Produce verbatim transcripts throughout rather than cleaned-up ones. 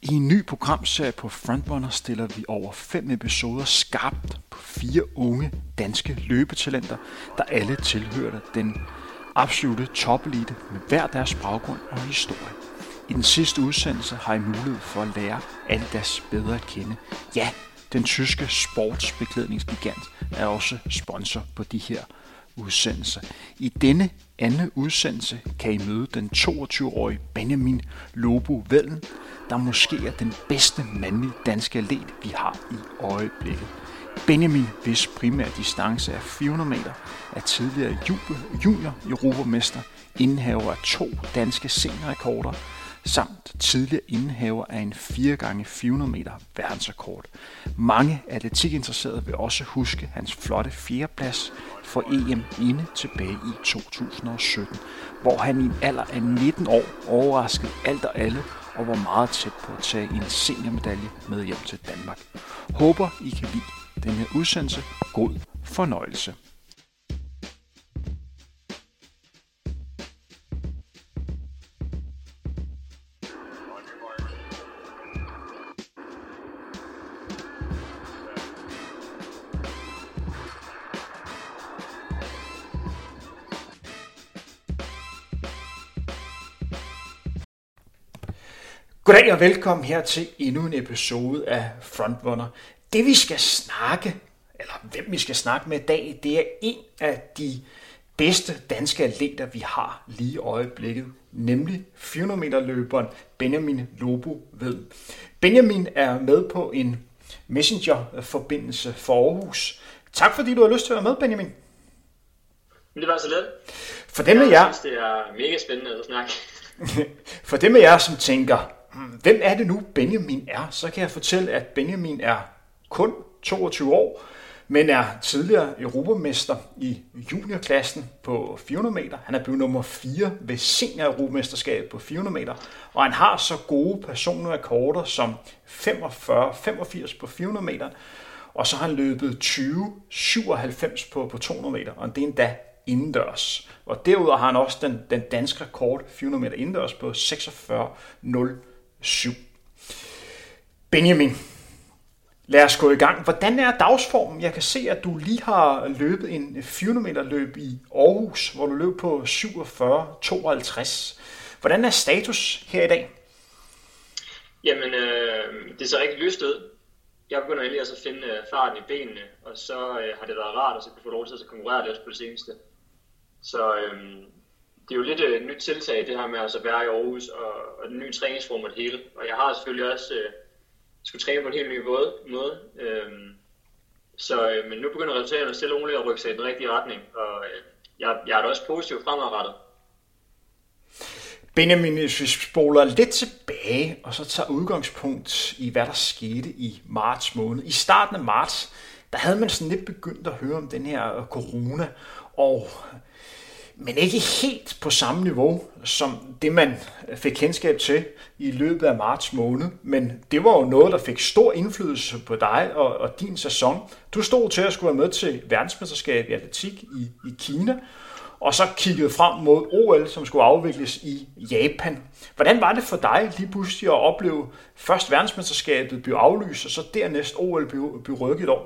I en ny programserie på Frontrunner stiller vi over fem episoder skarpt på fire unge danske løbetalenter, der alle tilhørte den absolute topelite med hver deres baggrund og historie. I den sidste udsendelse har I mulighed for at lære alle deres bedre at kende. Ja, den tyske sportsbeklædningsgigant er også sponsor på de her udsendelser. I denne anden udsendelse kan I møde den toogtyve-årige Benjamin Lobo Wedel, der måske er den bedste mandlige danske atlet, vi har i øjeblikket. Benjamin, hvis primære distance er fire hundrede meter, er tidligere junior europamester, indehaver af to danske seniorrekorder, samt tidligere indehaver af en fire gange fire hundrede meter verdensrekord. Mange atletikinteresserede vil også huske hans flotte fjerdeplads for E M inde tilbage i to tusind og sytten, hvor han i en alder af nitten år overraskede alt og alle og var meget tæt på at tage en seniormedalje med hjem til Danmark. Håber I kan lide den her udsendelse. God fornøjelse. Goddag og velkommen her til endnu en episode af Frontrunner. Det vi skal snakke, eller hvem vi skal snakke med i dag, det er en af de bedste danske atleter, vi har lige i øjeblikket, nemlig fire hundrede meter løberen Benjamin Lobo Wedel. Benjamin er med på en messenger-forbindelse for Aarhus. Tak fordi du har lyst til at være med, Benjamin. Det var så let. For dem af jer, jeg synes, det er mega spændende at snakke. For dem af jer, som tænker, hvem er det nu Benjamin er, så kan jeg fortælle, at Benjamin er kun toogtyve år, men er tidligere europamester i juniorklassen på fire hundrede meter. Han er blevet nummer fire ved senior-europamesterskabet på fire hundrede meter, og han har så gode personrekorder som femogfyrre femogfirs på fire hundrede meter, og så har han løbet tyve syvoghalvfems på, på to hundrede meter, og det er endda indendørs. Og derudover har han også den, den danske rekord fire hundrede meter indendørs på seksogfyrre nul syv. Benjamin, lad os gå i gang. Hvordan er dagsformen? Jeg kan se, at du lige har løbet en fire hundrede meter løb i Aarhus, hvor du løb på syvogfyrre tooghalvtreds. Hvordan er status her i dag? Jamen, øh, det ser rigtig lyst ud. Jeg begynder endelig at finde øh, farten i benene, og så øh, har det været rart at så kunne få lov til at konkurrere lidt på det seneste. Så øh, det er jo lidt et øh, nyt tiltag, det her med at så være i Aarhus og, og den nye træningsform og det hele. Og jeg har selvfølgelig også øh, skulle træne på en helt ny måde. Øh, så, øh, men nu begynder resultaterne stille og roligt at rykke sig i den rigtige retning, og øh, jeg, jeg er da også positiv fremadrettet. Benjamin, hvis vi spoler lidt tilbage, og så tager udgangspunkt i, hvad der skete i marts måned. I starten af marts, der havde man sådan lidt begyndt at høre om den her corona, og, men ikke helt på samme niveau, som det man fik kendskab til i løbet af marts måned. Men det var jo noget, der fik stor indflydelse på dig og, og din sæson. Du stod til at skulle være med til verdensmesterskab i atletik i, i Kina, og så kiggede frem mod O L, som skulle afvikles i Japan. Hvordan var det for dig lige pludselig at opleve først verdensmesterskabet blive aflyst, og så dernæst O L blive, blive rykket over?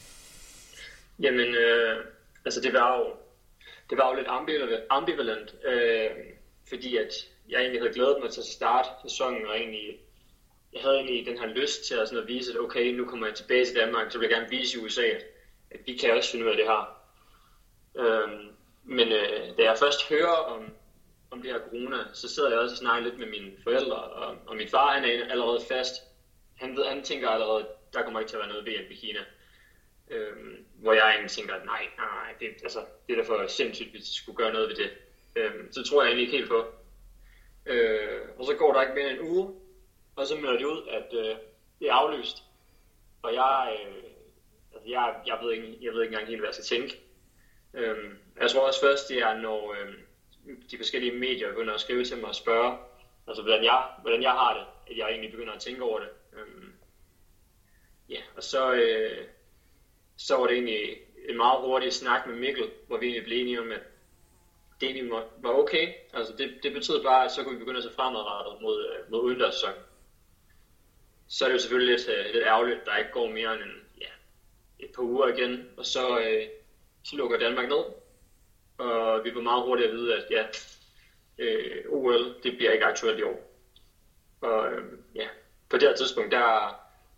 Jamen, øh, altså det var jo, det var jo lidt ambivalent, øh, fordi at jeg egentlig havde glædet mig til at starte sæsonen, og egentlig, jeg havde egentlig den her lyst til at, sådan at vise, at okay, nu kommer jeg tilbage til Danmark, så vil jeg gerne vise i U S A, at vi kan også finde ud af det her. Øh, Men øh, da jeg først hører om, om det her corona, så sidder jeg også og snakker lidt med mine forældre, og, og min far han er allerede fast. Han, ved, han tænker allerede, der kommer ikke til at være noget V M i Kina. Øhm, hvor jeg egentlig tænker, nej, nej, det, altså, det er da for sindssygt, hvis vi skulle gøre noget ved det. Øhm, så tror jeg egentlig ikke helt på. Øh, og så går der ikke mere end en uge, og så melder det ud, at øh, det er aflyst. Og jeg, øh, altså, jeg, jeg, ved ikke, jeg ved ikke engang helt, hvad jeg skal tænke. Øhm, jeg tror også først, det er, når øhm, de forskellige medier begynder at skrive til mig og spørge, altså hvordan jeg, hvordan jeg har det, at jeg egentlig begynder at tænke over det. Øhm, ja, og så, øh, så var det egentlig en meget hurtig snak med Mikkel, hvor vi egentlig blev enige om, at det egentlig var okay. Altså det, det betød bare, at så kunne vi begynde at se fremadrettet mod, mod udendørssæsonen. så er det jo selvfølgelig lidt, uh, lidt ærgerligt, at der ikke går mere end ja, et par uger igen, og så, uh, så lukker Danmark ned. Og vi var meget hurtigt at vide, at ja, uh, O L det bliver ikke aktuelt i år. Og uh, ja, på det her tidspunkt, der,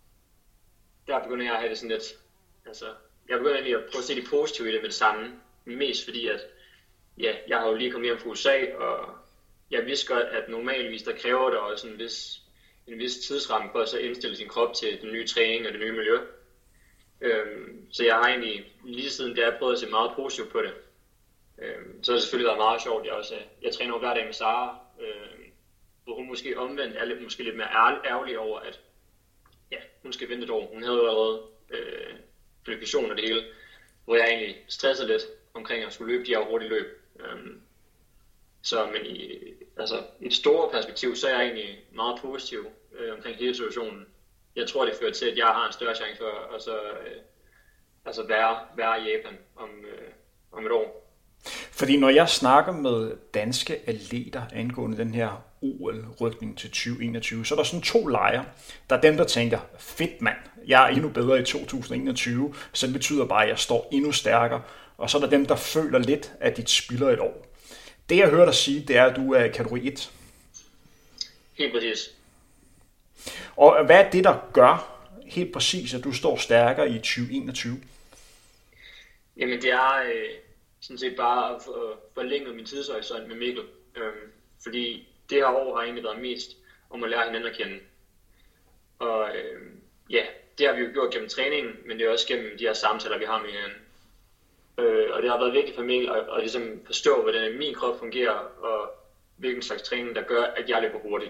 der begynder jeg at have det sådan lidt, altså, jeg begynder egentlig at prøve at se det positive i det med det samme, mest fordi at, ja, jeg har jo lige kommet hjem fra U S A, og jeg vidste godt, at normalvis der kræver der også en vis, en vis tidsramme for at så indstille sin krop til den nye træning og det nye miljø. Øhm, så jeg har egentlig lige siden der prøvet at se meget positivt på det. Øhm, så har det selvfølgelig været meget sjovt. Jeg, også, jeg træner jo hver dag med Sara, øhm, hvor hun måske omvendt er lidt, måske lidt mere ærgerlig over, at ja, hun skal vente et år. Hun havde jo allerede øh, kvalifikationen og det hele, hvor jeg egentlig stressede lidt omkring at skulle løbe de her hurtige løb. Øhm, så men i, altså, i et stort perspektiv, så er jeg egentlig meget positiv øh, omkring hele situationen. Jeg tror, det fører til, at jeg har en større chance for at så, øh, altså være, være i Japan om, øh, om et år. Fordi når jeg snakker med danske atleter angående den her O L-rykning til tyve enogtyve, så er der sådan to lejre. Der er dem, der tænker, fedt mand, jeg er endnu bedre i to tusind enogtyve, så det betyder bare, at jeg står endnu stærkere. Og så er der dem, der føler lidt, at dit spilder et år. Det jeg hører dig sige, det er, at du er kategori et. Helt præcis. Og hvad er det, der gør helt præcis, at du står stærkere i tyve enogtyve? Jamen det er øh, sådan set bare at forlænge min tidshorisont med Mikkel. Øhm, fordi det her år har egentlig været mest om at lære hinanden at kende. Og øh, ja, det har vi jo gjort gennem træningen, men det er også gennem de her samtaler, vi har med hinanden. Øh, og det har været vigtigt for Mikkel at, at ligesom forstå, hvordan min krop fungerer, og hvilken slags træning, der gør, at jeg løber hurtigt.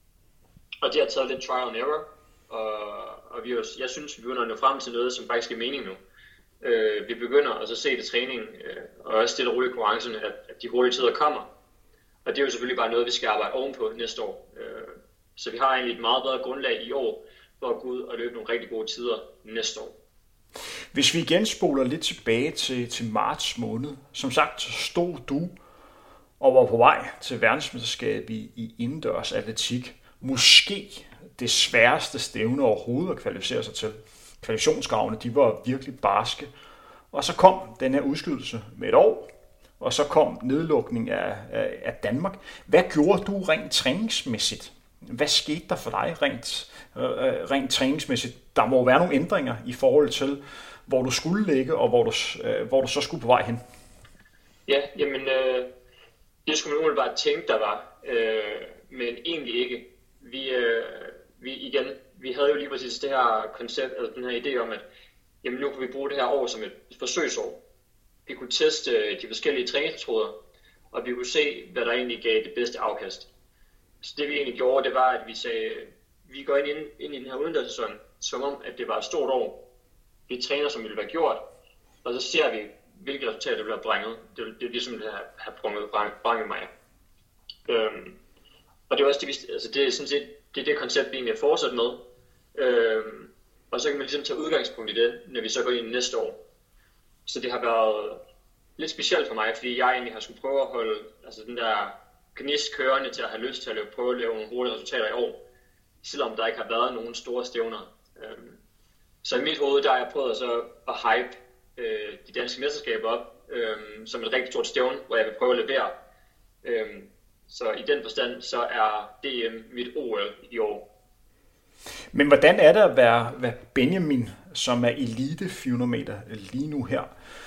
Og det har taget lidt trial and error, og, og vi også, jeg synes, vi begynder at nå frem til noget, som faktisk er mening nu. Øh, vi begynder at så se det træning, øh, og også stille og roligt i konkurrencerne, at, at de hurtige tider kommer. Og det er jo selvfølgelig bare noget, vi skal arbejde ovenpå næste år. Øh, så vi har egentlig et meget bedre grundlag i år, for at gå ud og løbe nogle rigtig gode tider næste år. Hvis vi igen spoler lidt tilbage til, til marts måned, som sagt stod du og var på vej til verdensmesterskab i, i indendørs atletik. Måske det sværeste stævne overhovedet at kvalificere sig til. Kvalifikationskravene, de var virkelig barske. Og så kom den her udskydelse med et år, og så kom nedlukning af, af, af Danmark. Hvad gjorde du rent træningsmæssigt? Hvad skete der for dig rent, øh, rent træningsmæssigt? Der må være nogle ændringer i forhold til, hvor du skulle ligge, og hvor du, øh, hvor du så skulle på vej hen. Ja, jamen, øh, det skulle man umiddelbart tænke, der var, øh, men egentlig ikke. Vi, øh, vi, igen, vi havde jo lige præcis det her koncept, altså den her idé om, at jamen, nu kan vi bruge det her år som et forsøgsår. Vi kunne teste de forskellige træningsmetoder, og vi kunne se, hvad der egentlig gav det bedste afkast. Så det vi egentlig gjorde, det var, at vi sagde, vi går ind, ind, ind i den her udendørssæson, som om, at det var et stort år. Vi træner, som ville være gjort, og så ser vi, hvilke resultater der bliver bringet. Det, det er ligesom det her, har brunget bringet mig. Øhm, og det er også det, vi, altså det er sådan set, det er det koncept, vi egentlig er fortsat med. Øhm, og så kan man ligesom tage udgangspunkt i det, når vi så går ind i næste år. Så det har været lidt specielt for mig, fordi jeg egentlig har skulle prøve at holde altså den der gnist kørende til at have lyst til at prøve at lave nogle hurtige resultater i år, selvom der ikke har været nogen store stævner. Øhm, så i mit hoved, der har jeg prøvet så at hype øh, de danske mesterskaber op øh, som et rigtig stort stævne, hvor jeg vil prøve at levere. Øh, så i den forstand, så er D M mit O L i år. Men hvordan er det at være, være Benjamin, som er elite fire hundrede meter lige nu her?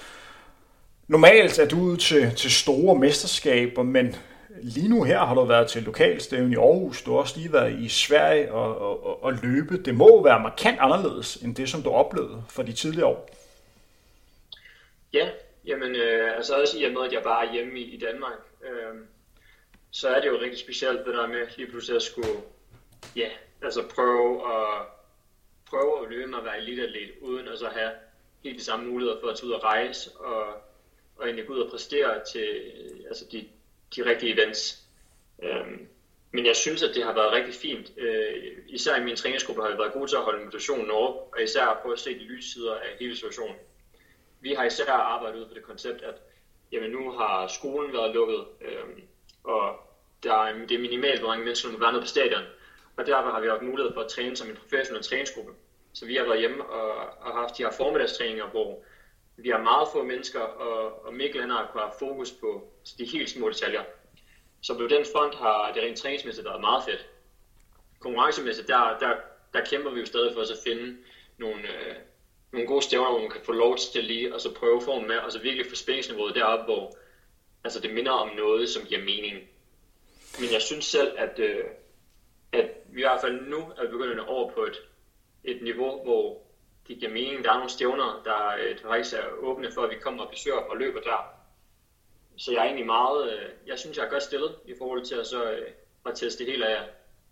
Normalt er du ude til, til store mesterskaber, men lige nu her har du været til lokalstævne i Aarhus. Du har også lige været i Sverige og, og, og løbe. Det må være markant anderledes end det, som du oplevede for de tidligere år. Ja, jamen øh, altså også i og med, at jeg bare er hjemme i, i Danmark, øh, så er det jo rigtig specielt det der med lige pludselig at skulle ja, altså prøve at, prøve at løbe mig at være eliteatlet, uden at så have helt de samme muligheder for at tage ud og rejse og, og egentlig gå ud og præstere til altså de, de rigtige events. Øhm, men jeg synes, at det har været rigtig fint. Øh, især i min træningsgruppe har jeg været god til at holde motivationen oppe, og især på at se de lyssider af hele situationen. Vi har især arbejdet ud på det koncept, at jamen, nu har skolen været lukket, øhm, og der er, det er minimalt, hvor mange mennesker må være nede på stadion. Og derfor har vi haft mulighed for at træne som en professionel træningsgruppe. Så vi har været hjemme og, og haft de her formiddagstræninger, hvor vi har meget få mennesker, og, og Mikkel han har kunnet have fokus på de helt små detaljer. Så på den front har det rent træningsmæssigt været meget fedt. Konkurrencemæssigt, der, der, der kæmper vi jo stadig for os at finde nogle, øh, nogle gode stævner, hvor man kan få lov til lige og så prøve formen med, og så virkelig få spændingsniveauet deroppe, hvor altså, det minder om noget, som giver mening. Men jeg synes selv, at, øh, at vi i hvert fald nu er begyndt at over på et, et niveau, hvor det giver mening. Der er nogle stævner, der, øh, der faktisk er åbne for, at vi kommer og besøger og løber der. Så jeg er egentlig meget, øh, jeg synes, jeg er godt stillet i forhold til at, så, øh, at teste det hele af.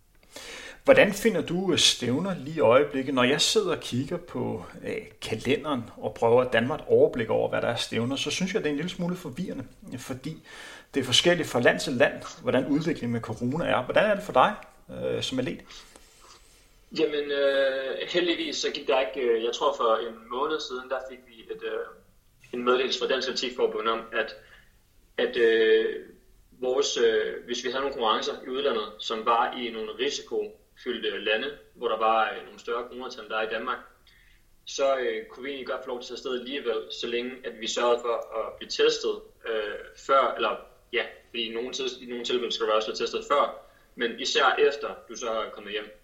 Hvordan finder du stævner lige i øjeblikket? Når jeg sidder og kigger på øh, kalenderen og prøver at danne mig et overblik over, hvad der er stævner, så synes jeg, det er en lille smule forvirrende, fordi det er forskelligt fra land til land, hvordan udviklingen med corona er. Hvordan er det for dig øh, som atlet? Jamen øh, heldigvis så gik der ikke, øh, jeg tror for en måned siden, der fik vi et, øh, en meddelelse fra Dansk Atletikforbund om, at, at øh, vores, øh, hvis vi havde nogle konkurrencer i udlandet, som var i nogle risikofyldte lande, hvor der var øh, nogle større coronatal, der er i Danmark, så øh, kunne vi egentlig godt få lov til at tage afsted alligevel, så længe at vi sørgede for at blive testet øh, før, eller ja, fordi i nogle, i nogle tilfælde skal du også blive testet før, men især efter du så er kommet hjem.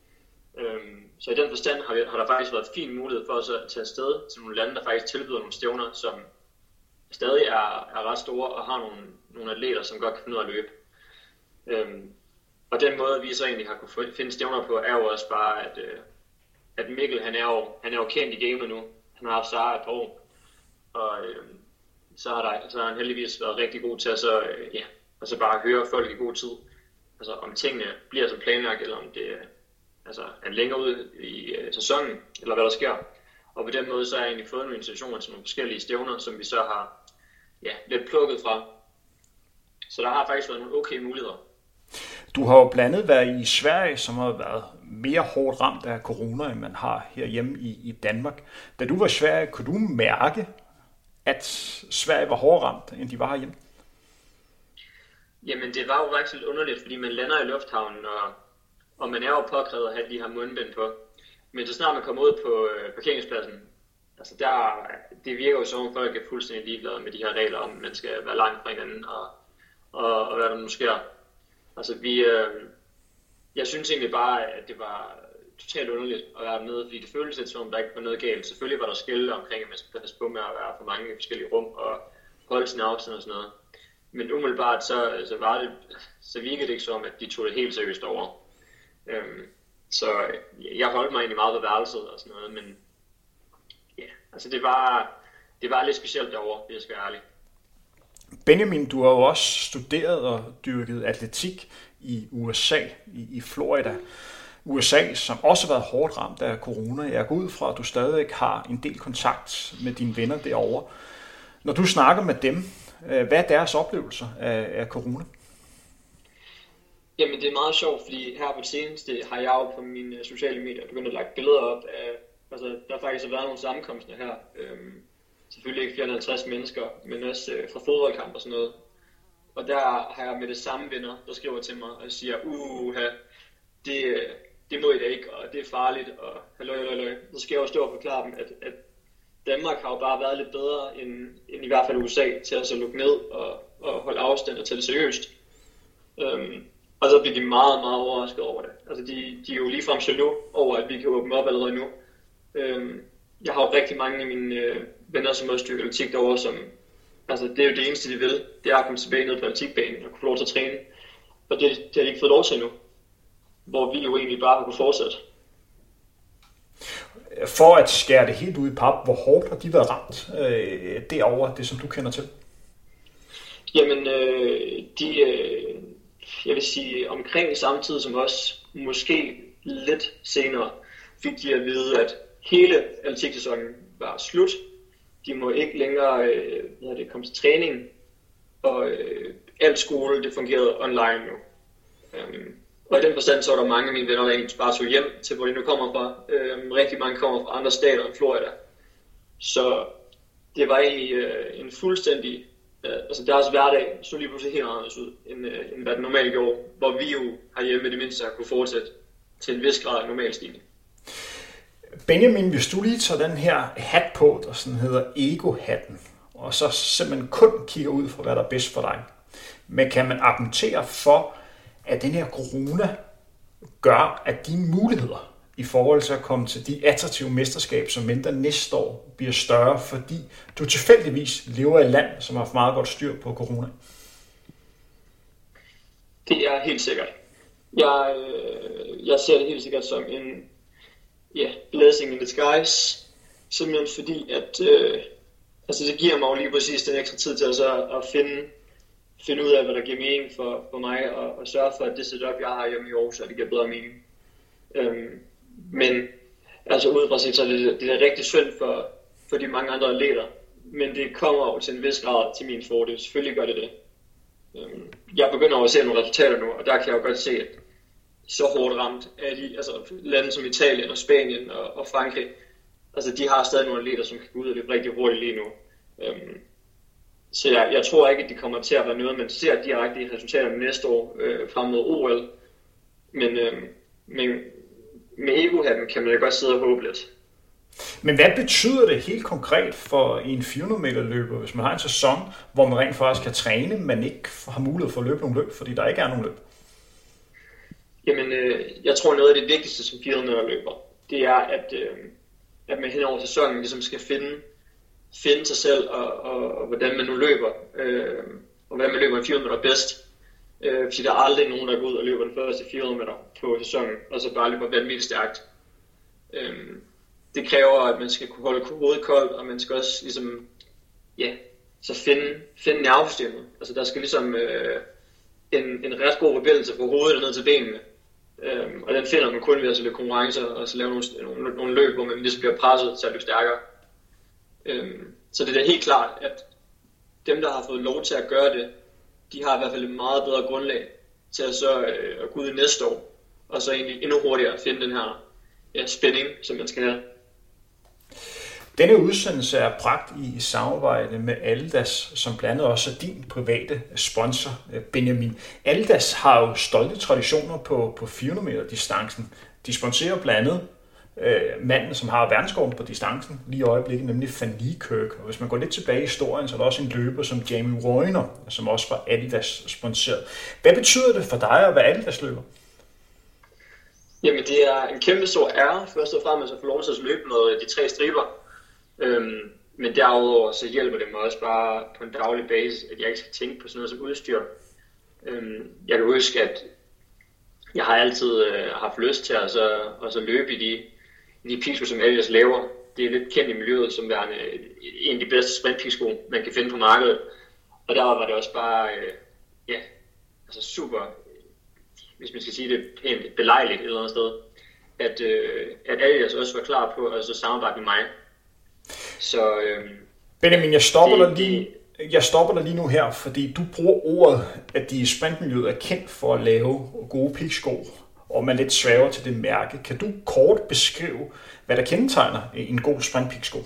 Øhm, så i den forstand har, vi, har der faktisk været fin mulighed for os at tage afsted til nogle lande, der faktisk tilbyder nogle stævner, som stadig er, er ret store og har nogle, nogle atleter, som godt kan finde ud af at løbe. Øhm, og den måde, vi så egentlig har kunne finde stævner på, er jo også bare, at, øh, at Mikkel, han er, jo, han er jo kendt i gamet nu. Han har haft Sara et par år, og øh, så, har der, så har han heldigvis været rigtig god til at så, øh, ja, altså bare høre folk i god tid. Altså om tingene bliver som planlagt, eller om det altså, er længere ud i øh, sæsonen, eller hvad der sker. Og på den måde så har jeg egentlig fået nogle invitationer til nogle forskellige stævner, som vi så har ja, lidt plukket fra. Så der har faktisk været nogle okay muligheder. Du har jo blandt andet været i Sverige, som har været mere hårdt ramt af corona, end man har herhjemme i, i Danmark. Da du var i Sverige, kunne du mærke, at Sverige var hårdere ramt, end de var herhjemme? Jamen det var jo faktisk lidt underligt, fordi man lander i lufthavnen, og, og man er jo påkrævet at have de her mundbind på. Men så snart man kommer ud på øh, parkeringspladsen, altså der, det virker jo som om folk er fuldstændig ligeglade med de her regler, om man skal være langt fra hinanden, og, og, og hvad der nu sker. Altså vi, øh, jeg synes egentlig bare, at det var totalt underligt at være dernede, fordi det føltes lidt som om der ikke var noget galt. Selvfølgelig var der skilte omkring, at man skal passe på med at være for mange forskellige rum og holde sin afstand og sådan noget. Men umiddelbart så, så var det, så virkede det ikke som, at de tog det helt seriøst over. Øhm, så jeg holdt mig egentlig meget på værelset og sådan noget, men ja, altså det var, det var lidt specielt derovre, hvis jeg skal være ærlig. Benjamin, du har jo også studeret og dyrket atletik i U S A, i, i Florida. U S A, som også har været hårdt ramt af corona. Jeg går ud fra, at du stadig har en del kontakt med dine venner derovre. Når du snakker med dem, hvad er deres oplevelser af, af corona? Jamen det er meget sjovt, fordi her på det seneste har jeg jo på mine sociale medier begyndt at lægge billeder op af, altså der faktisk har været nogle sammenkomster her. Øhm, selvfølgelig ikke fire hundrede og halvtreds mennesker, men også øh, fra fodboldkamp og sådan noget. Og der har jeg med det samme venner, der skriver til mig og siger, uha, det, det må I da ikke, og det er farligt, og halløj, halløj, halløj. Så skal jeg jo stå og forklare dem, at, at Danmark har jo bare været lidt bedre end, end i hvert fald U S A til at så lukke ned og, og holde afstand og tage det seriøst. Øhm, og så bliver de meget, meget overrasket over det. Altså de, de er jo ligefrem jaloux over, at vi kan åbne op allerede nu. Øhm, jeg har jo rigtig mange af mine øh, venner, som også dyrker atletik derovre, som, altså det er jo det eneste, de vil, det er at komme tilbage ned på atletikbanen og kunne få lov til at træne. Og det, det har de ikke fået lov til nu, hvor vi jo egentlig bare kunne fortsætte. For at skære det helt ud i pap, hvor hårdt har de været ramt øh, derovre, det som du kender til? Jamen, øh, de, øh, jeg vil sige, omkring samtidig som os, måske lidt senere, fik de at vide, at hele atletiksæsonen var slut. De må ikke længere øh, hvad det, komme til træning, og øh, alt skole det fungerede online nu. Um, og i den forstand så var der mange af mine venner, der egentlig bare tog hjem til, hvor de nu kommer fra. Um, rigtig mange kommer fra andre stater end Florida. Så det var egentlig øh, en fuldstændig, øh, altså deres hverdag så lige pludselig helt anderledes ud, end, øh, end hvad det normalt gjorde, hvor vi jo herhjemme i det mindste har kunne fortsætte til en vis grad af normal stigning. Benjamin, hvis du lige tager den her hat på, der sådan hedder ego-hatten, og så simpelthen kun kigger ud for, hvad der er bedst for dig, men kan man argumentere for, at den her corona gør, at dine muligheder i forhold til at komme til de attraktive mesterskab, som venter næste år, bliver større, fordi du tilfældigvis lever i et land, som har haft meget godt styr på corona? Det er helt sikkert. Jeg, øh, jeg ser det helt sikkert som en yeah, blessing in disguise, simpelthen fordi, at øh, altså det giver mig jo lige præcis den ekstra tid til at, så at finde, finde ud af, hvad der giver mening for, for mig, og, og sørge for, at det setup, jeg har hjemme i Aarhus, at det giver bedre mening. Øhm, men altså udefra set, så er det, det er rigtig synd for, for de mange andre atleter, men det kommer jo til en vis grad til min fordel. Selvfølgelig gør det det. Øhm, jeg begynder at se nogle resultater nu, og der kan jeg jo godt se, at så hårdt ramt af de altså lande som Italien og Spanien og, og Frankrig, altså de har stadig nogle atleter, som kan gå ud og løbe rigtig hurtigt lige nu. Øhm, så jeg, jeg tror ikke, at det kommer til at være noget, man ser direkte i resultaterne næste år øh, frem mod O L, men, øh, men med ego-hatten kan man jo godt sidde og håbe lidt. Men hvad betyder det helt konkret for en fire hundrede meter løber, hvis man har en sæson, hvor man rent faktisk kan træne, men ikke har mulighed for at løbe nogle løb, fordi der ikke er nogen løb? Jamen, øh, jeg tror noget af det vigtigste som fire hundrede meter løber, det er, at, øh, at man hen over sæsonen ligesom skal finde, finde sig selv, og, og, og hvordan man nu løber, øh, og hvordan man løber en fire hundrede meter bedst. Øh, fordi der er aldrig nogen, der går ud og løber den første fire hundrede meter på sæsonen, og så bare løber vanvittigt stærkt. Øh, det kræver, at man skal kunne holde hovedet koldt, og man skal også ligesom, ja, så finde, finde nervesystemet. Altså der skal ligesom øh, en, en ret god forbindelse fra hovedet og ned til benene. Øh, og den finder man kun ved at løbe konkurrencer, og så lave nogle, nogle, nogle løb, hvor man ligesom bliver presset til at løbe stærkere. Øh, så det er da helt klart, at dem, der har fået lov til at gøre det, de har i hvert fald et meget bedre grundlag til at, så, øh, at gå ud i næste år, og så egentlig endnu hurtigere at finde den her ja, spænding, som man skal have. Denne udsendelse er bragt i samarbejde med Adidas, som blandt andet også er din private sponsor, Benjamin. Adidas har jo stolte traditioner på, på fire hundrede meter distancen. De sponsorer blandt andet øh, manden, som har verdensrekorden på distancen lige i øjeblikket, nemlig Van Niekerk. Og hvis man går lidt tilbage i historien, så er der også en løber som Jamie Røyner, som også var Adidas sponsoreret. Hvad betyder det for dig at være Adidas løber? Jamen det er en kæmpe stor ære, først og fremmest at få lov til at løbe med de tre striber. Øhm, men derudover så hjælper det mig også bare på en daglig basis, at jeg ikke skal tænke på sådan noget som udstyr. Øhm, jeg kan huske, at jeg har altid øh, haft lyst til at, så, at så løbe i de, i de pigsko, som Adidas laver. Det er lidt kendt i miljøet som værende en af de bedste sprintpigsko, man kan finde på markedet. Og der var det også bare øh, ja, altså super, hvis man skal sige det pænt, belejligt et eller andet sted, at, øh, at Adidas også var klar på at så samarbejde med mig. Så, øhm, Benjamin, jeg stopper, det, dig lige, jeg stopper dig lige nu her, fordi du bruger ordet, at de i sprintmiljøet er kendt for at lave gode pigsko, og man lidt svæver til det mærke. Kan du kort beskrive, hvad der kendetegner en god sprintpigsko?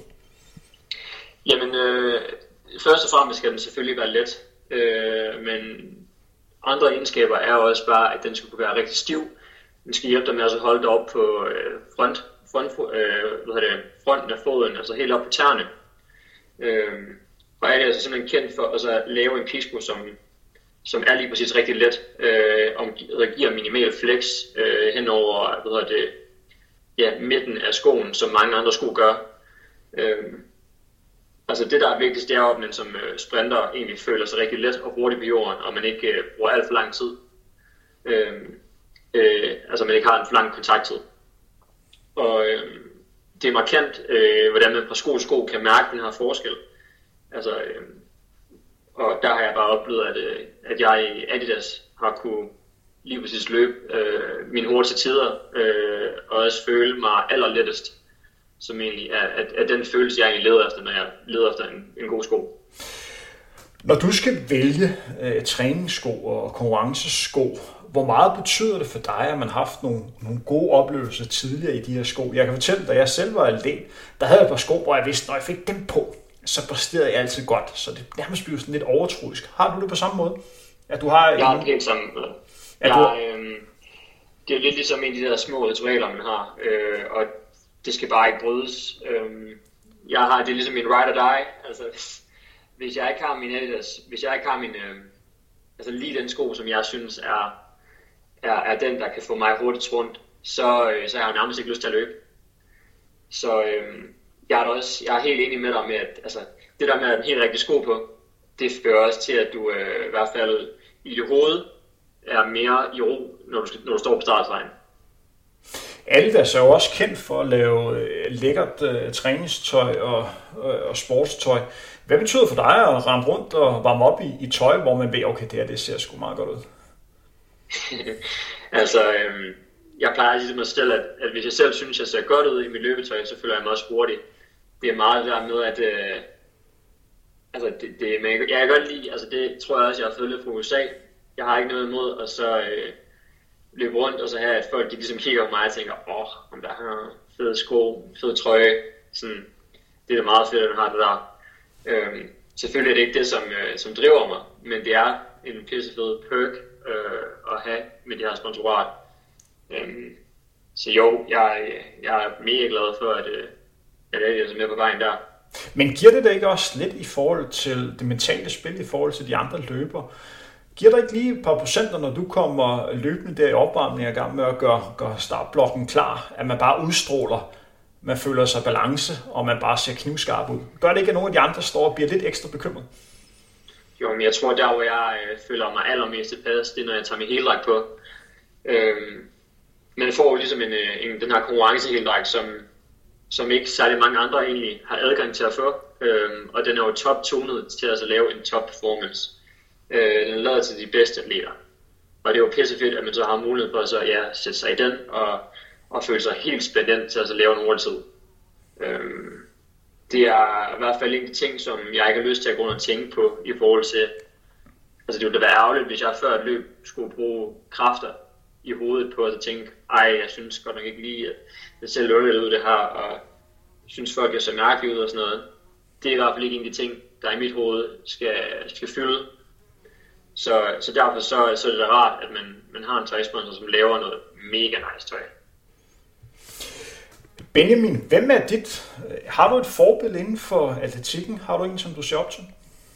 Jamen, øh, først og fremmest skal den selvfølgelig være let, øh, men andre egenskaber er også bare, at den skal kunne være rigtig stiv. Den skal hjælpe dig med at holde dig op på øh, front. Front, øh, hvad det, fronten af foden, altså helt op på tæerne. Øh, og er det altså simpelthen kendt for altså, at lave en pigsko, som, som er lige præcis rigtig let, øh, og giver minimal flex øh, hen over hvad det, ja, midten af skoen, som mange andre sko gør. Øh, altså det, der er vigtigst, det er, at man som øh, sprinter egentlig føler sig rigtig let og hurtigt på jorden, og man ikke øh, bruger alt for lang tid. Øh, øh, altså man ikke har en for lang kontakttid. Og øh, det er markant, øh, hvordan man fra sko til sko kan mærke den her forskel. Altså, øh, og der har jeg bare oplevet, at, øh, at jeg i Adidas har kunne lige præcis løbe øh, mine hurtigste tider, øh, og også føle mig allerlettest, som egentlig er at, at den følelse, jeg egentlig leder efter, når jeg leder efter en, en god sko. Når du skal vælge øh, træningssko og konkurrencesko, hvor meget betyder det for dig, at man har haft nogle, nogle gode oplevelser tidligere i de her sko? Jeg kan fortælle, da jeg selv var atlet, der havde jeg et par sko, hvor jeg vidste, når jeg fik dem på, så præsterede jeg altid godt. Så det nærmest blev sådan lidt overtroisk. Har du det på samme måde? At du har, jeg har det helt samme. Jeg, du... øh, det er jo lidt ligesom en af de der små ritualer, man har, øh, og det skal bare ikke brydes. Øh, jeg har det er ligesom min ride or die, altså hvis jeg ikke har min Adidas, hvis jeg ikke har min, øh, altså lige den sko, som jeg synes er, er, er den, der kan få mig hurtigt rundt, så, øh, så har jeg jo nærmest ikke lyst til at løbe. Så øh, jeg, er også, jeg er helt enig med dig med, at altså, det der med at have en helt rigtig sko på, det fører også til, at du øh, i hvert fald i dit hoved er mere i ro, når du, når du står på startstregen. Adidas er jo også kendt for at lave øh, lækkert øh, træningstøj og, øh, og sportstøj. Hvad betyder for dig at rende rundt og varme op i, i tøj, hvor man ved, okay, det her det ser sgu meget godt ud? altså, øh, jeg plejer at sige til mig selv, at, at hvis jeg selv synes, jeg ser godt ud i mit løbetøj, så føler jeg mig også hurtigt. Det er meget det der med, at øh, altså, det, det, men jeg, jeg kan godt lide, altså det tror jeg også, jeg har fået lidt fra U S A. Jeg har ikke noget imod, og så øh, løbe rundt, og så have, at folk de ligesom kigger på mig og tænker, åh, oh, om der har fede sko, fed trøje, sådan, det er da meget fedt, at man har det der. Øhm, selvfølgelig er det ikke det, som, øh, som driver mig, men det er en pissefed perk øh, at have med det her sponsorat. Øhm, så jo, jeg, jeg er mega glad for, at, øh, at jeg er med på vejen der. Men giver det da ikke også lidt i forhold til det mentale spil, i forhold til de andre løbere? Giver dig ikke lige et par procenter, når du kommer løbende der i opvarmning i gang med at gøre, gøre startblokken klar, at man bare udstråler, man føler sig balance, og man bare ser knivskarp ud? Gør det ikke, at nogle af de andre står og bliver lidt ekstra bekymret? Jo, men jeg tror, der hvor jeg øh, føler mig allermest tilpas, det er, når jeg tager min heldragt på. Øhm, man får jo ligesom en, en, den her konkurrenceheldragt, som, som ikke særlig mange andre egentlig har adgang til at få. Øhm, og den er jo top-tonet til at altså lave en top-performance. Øh, den er lavet til de bedste atleter. Og det er jo pissefedt, at man så har mulighed for at så, ja, sætte sig i den og, og føle sig helt spændt til at så lave en hurtigtid. Øhm, det er i hvert fald en ting, som jeg ikke har lyst til at gå rundt og tænke på i forhold til. Altså det ville da være ærgerligt, hvis jeg før et løb skulle bruge kræfter i hovedet på at tænke, ej, jeg synes godt nok ikke lige, at det ser lidt ud det her, og jeg synes folk er så mærkelige ud og sådan noget. Det er i hvert fald ikke en af de ting, der i mit hoved skal, skal fylde. Så, så derfor så, så er det da rart, at man, man har en tøjsponsor, som laver noget mega nice tøj. Benjamin, hvem er dit? Har du et forbillede inden for atletikken? Har du en, som du ser op til?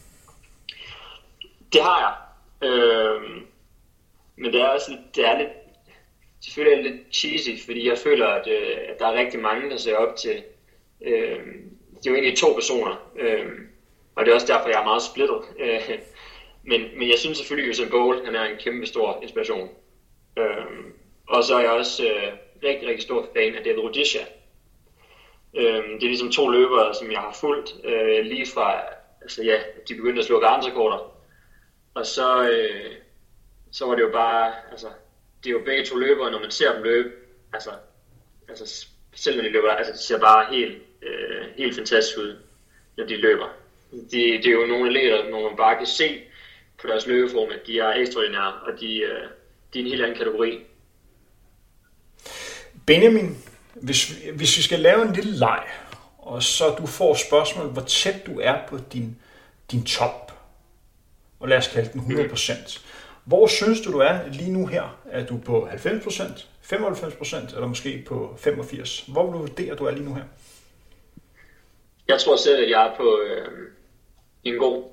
Det har jeg. Øhm, men det er også lidt, det er lidt, selvfølgelig er det lidt cheesy, fordi jeg føler, at, øh, at der er rigtig mange, der ser op til. Øhm, det er jo egentlig to personer, øhm, og det er også derfor, jeg er meget splittet. Men, men jeg synes selvfølgelig, at Usain Bolt han er en kæmpe stor inspiration. Øhm, og så er jeg også øh, rigtig, rigtig stor fan af David Rudisha. Øhm, det er ligesom to løbere, som jeg har fulgt øh, lige fra, altså ja, de begyndte at slå verdensrekorder. Og så, øh, så var det jo bare, altså, det er jo begge to løbere, når man ser dem løbe, altså, altså selv når de løber, altså de ser bare helt, øh, helt fantastisk ud, når de løber. De, det er jo nogle atleter, når man bare kan se på deres løbeform, at de er ekstraordinære, og de, øh, de er en helt anden kategori. Benjamin, hvis, hvis vi skal lave en lille leg, og så du får spørgsmål, hvor tæt du er på din, din top, og lad os kalde den hundrede procent. Mm. Hvor synes du, du er lige nu her? Er du på halvfems procent, femoghalvfems procent, eller måske på femogfirs? Hvor vil du vurdere, du er lige nu her? Jeg tror selv, at jeg er på øh, en god,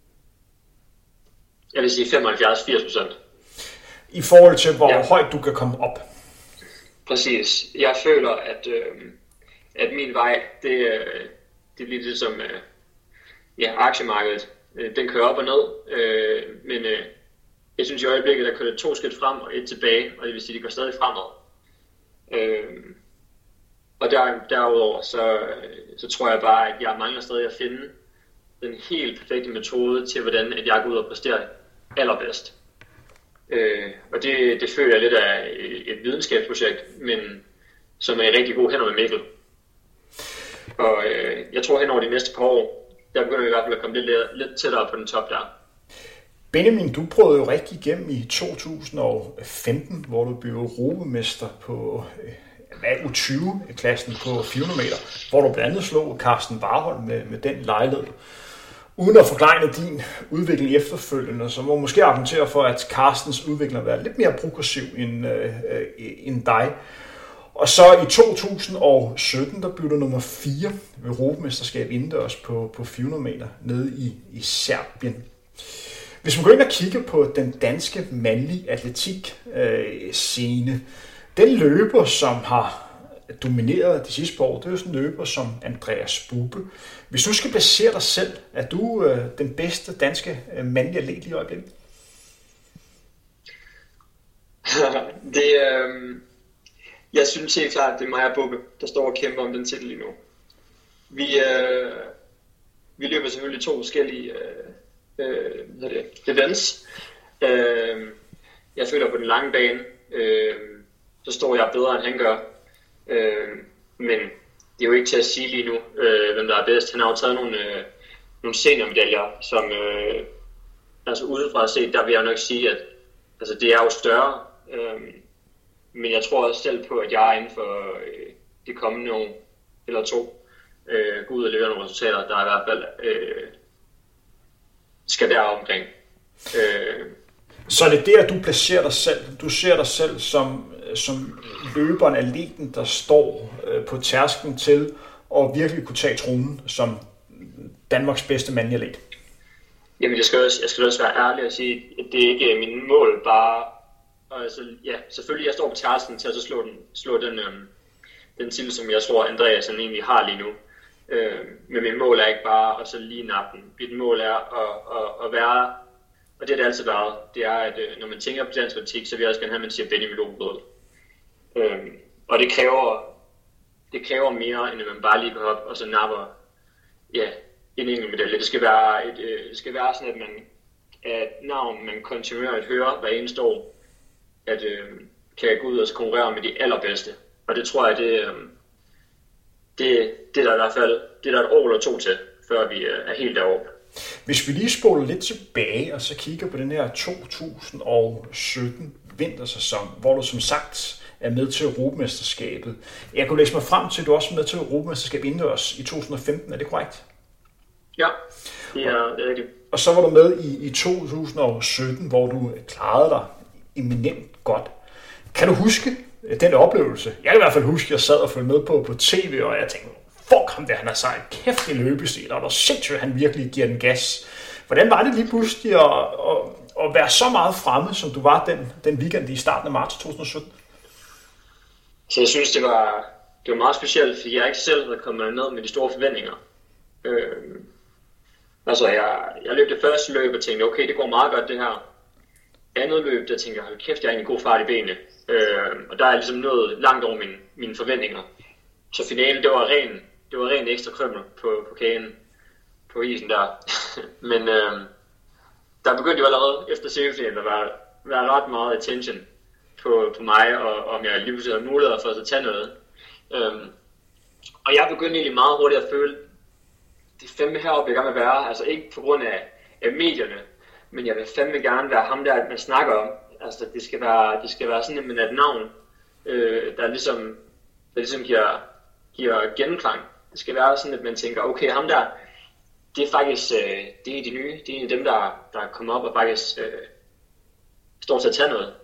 jeg vil sige femoghalvfjerds til firs procent. I forhold til, hvor ja. højt du kan komme op? Præcis. Jeg føler, at, øh, at min vej, det, øh, det bliver det som øh, ja, aktiemarkedet. Øh, den kører op og ned, øh, men øh, jeg synes i øjeblikket, der kører to skridt frem og et tilbage, og det vil sige, at de går stadig fremad. Øh, og der, derudover, så, så tror jeg bare, at jeg mangler stadig at finde den helt perfekte metode til, hvordan at jeg går ud og præsterer allerbedst. Øh, og det, det føler jeg lidt af et videnskabsprojekt, men som er i rigtig gode hænder med Mikkel. Og øh, jeg tror hen over de næste par år, der begynder vi i hvert fald at komme lidt, lidt tættere på den top der. Benjamin, du prøvede jo rigtig igennem i to tusind og femten, hvor du blev europamester på øh, U tyve-klassen på fire hundrede meter, hvor du blandt andet slog Carsten Warholm med, med den lejlighed. Uden at forklare din udvikling efterfølgende, så må måske argumentere for, at Carstens udvikling har været lidt mere progressiv end, øh, end dig. Og så i to tusind og sytten, der blev du nummer fire ved Europamesterskab indendørs på, på fire hundrede meter nede i, i Serbien. Hvis man går ind og kigger på den danske mandlige atletik-scene, øh, den løber, som har domineret de sidste par år, det er jo sådan en løber som Andreas Bubbe. Hvis du skal placere dig selv, er du øh, den bedste danske øh, mandlige atlet lige i øjeblikket? det, øh, jeg synes helt klart, at det er mig og Bubbe, der står og kæmper om den titel lige nu. Vi, øh, vi løber selvfølgelig to forskellige øh, øh, hvad er det, events. Øh, jeg føler på den lange bane, øh, så står jeg bedre, end han gør. Øh, men det er jo ikke til at sige lige nu, øh, hvem der er bedst. Han har jo taget nogle, øh, nogle seniormedaljer, som øh, altså udefra set, der vil jeg nok sige, at altså, det er jo større. Øh, men jeg tror også selv på, at jeg er inden for øh, de kommende år eller to øh, gå ud og levere nogle resultater, der i hvert fald øh, skal der omkring. Øh, Så er det der, du placerer dig selv. Du ser dig selv som, som løberen, atleten, der står øh, på tærsklen til at virkelig kunne tage tronen som Danmarks bedste mandlige atlet. Jamen, jeg skal, også, jeg skal også være ærlig og sige, at det er ikke min mål bare. Altså, ja, selvfølgelig, jeg står på tærsklen til at så slå den, slå den, øhm, den titel, som jeg tror, Andreas egentlig har lige nu. Øh, men min mål er ikke bare at så lige nappe den. Mit mål er at, at, at være, og det har det altid været, det er, at øh, når man tænker på dansk atletik, så vil jeg også gerne have, at man siger Benny Melonbrød. Øh, og det kræver, det kræver mere, end at man bare lige går op og så napper ja, en enkelt medalje. Det skal være, et, øh, det skal være sådan, at man at navn, man kontinuerligt hører hver eneste år, at øh, kan gå ud og konkurrere med de allerbedste. Og det tror jeg, det, øh, det, det er der i hvert fald det er der et år eller to til, før vi øh, er helt deroppe. Hvis vi lige spoler lidt tilbage, og så kigger på den her to tusind og sytten vintersæson, hvor du som sagt er med til Europamesterskabet. Jeg kunne læse mig frem til, at du også er med til Europamesterskabet indendørs i to tusind og femten, er det korrekt? Ja, det er, det er rigtigt. Og så var du med i, i to tusind og sytten, hvor du klarede dig eminent godt. Kan du huske den oplevelse? Jeg kan i hvert fald huske, at jeg sad og følte med på, på tv, og jeg tænkte, fuck ham der, han er sej, kæft i løbestil, og der er sindssygt, han virkelig giver den gas. Hvordan var det lige pludselig at, at, at være så meget fremme, som du var den, den weekend i starten af marts to tusind og sytten? Så jeg synes, det var, det var meget specielt, fordi jeg ikke selv havde kommet ned med de store forventninger. Øh, altså, jeg, jeg løb det første løb og tænkte, okay, det går meget godt det her. Andet løb, der tænkte jeg, hold kæft, jeg har en god fart i benene. Øh, og der er ligesom nået langt over mine, mine forventninger. Så finalen, det var ren, det var ren ekstra krømmel på, på kagen, på isen der. Men øh, der begyndte jo allerede efter semifinalen at være, være ret meget attention på, på mig, og om jeg lige pludselig havde mulighed for at tage noget. Øh, og jeg begyndte egentlig meget hurtigt at føle, det er fandme heroppe, jeg gerne vil være. Altså ikke på grund af, af medierne, men jeg vil fandme gerne være ham der, man snakker om. Altså det skal være, det skal være sådan et navn, øh, der ligesom, der ligesom giver, giver genklang. Det skal være sådan, at man tænker, okay, ham der, det er faktisk, øh, det er de nye, det er en af dem, der, der er kommet op og faktisk øh, står til at tage noget.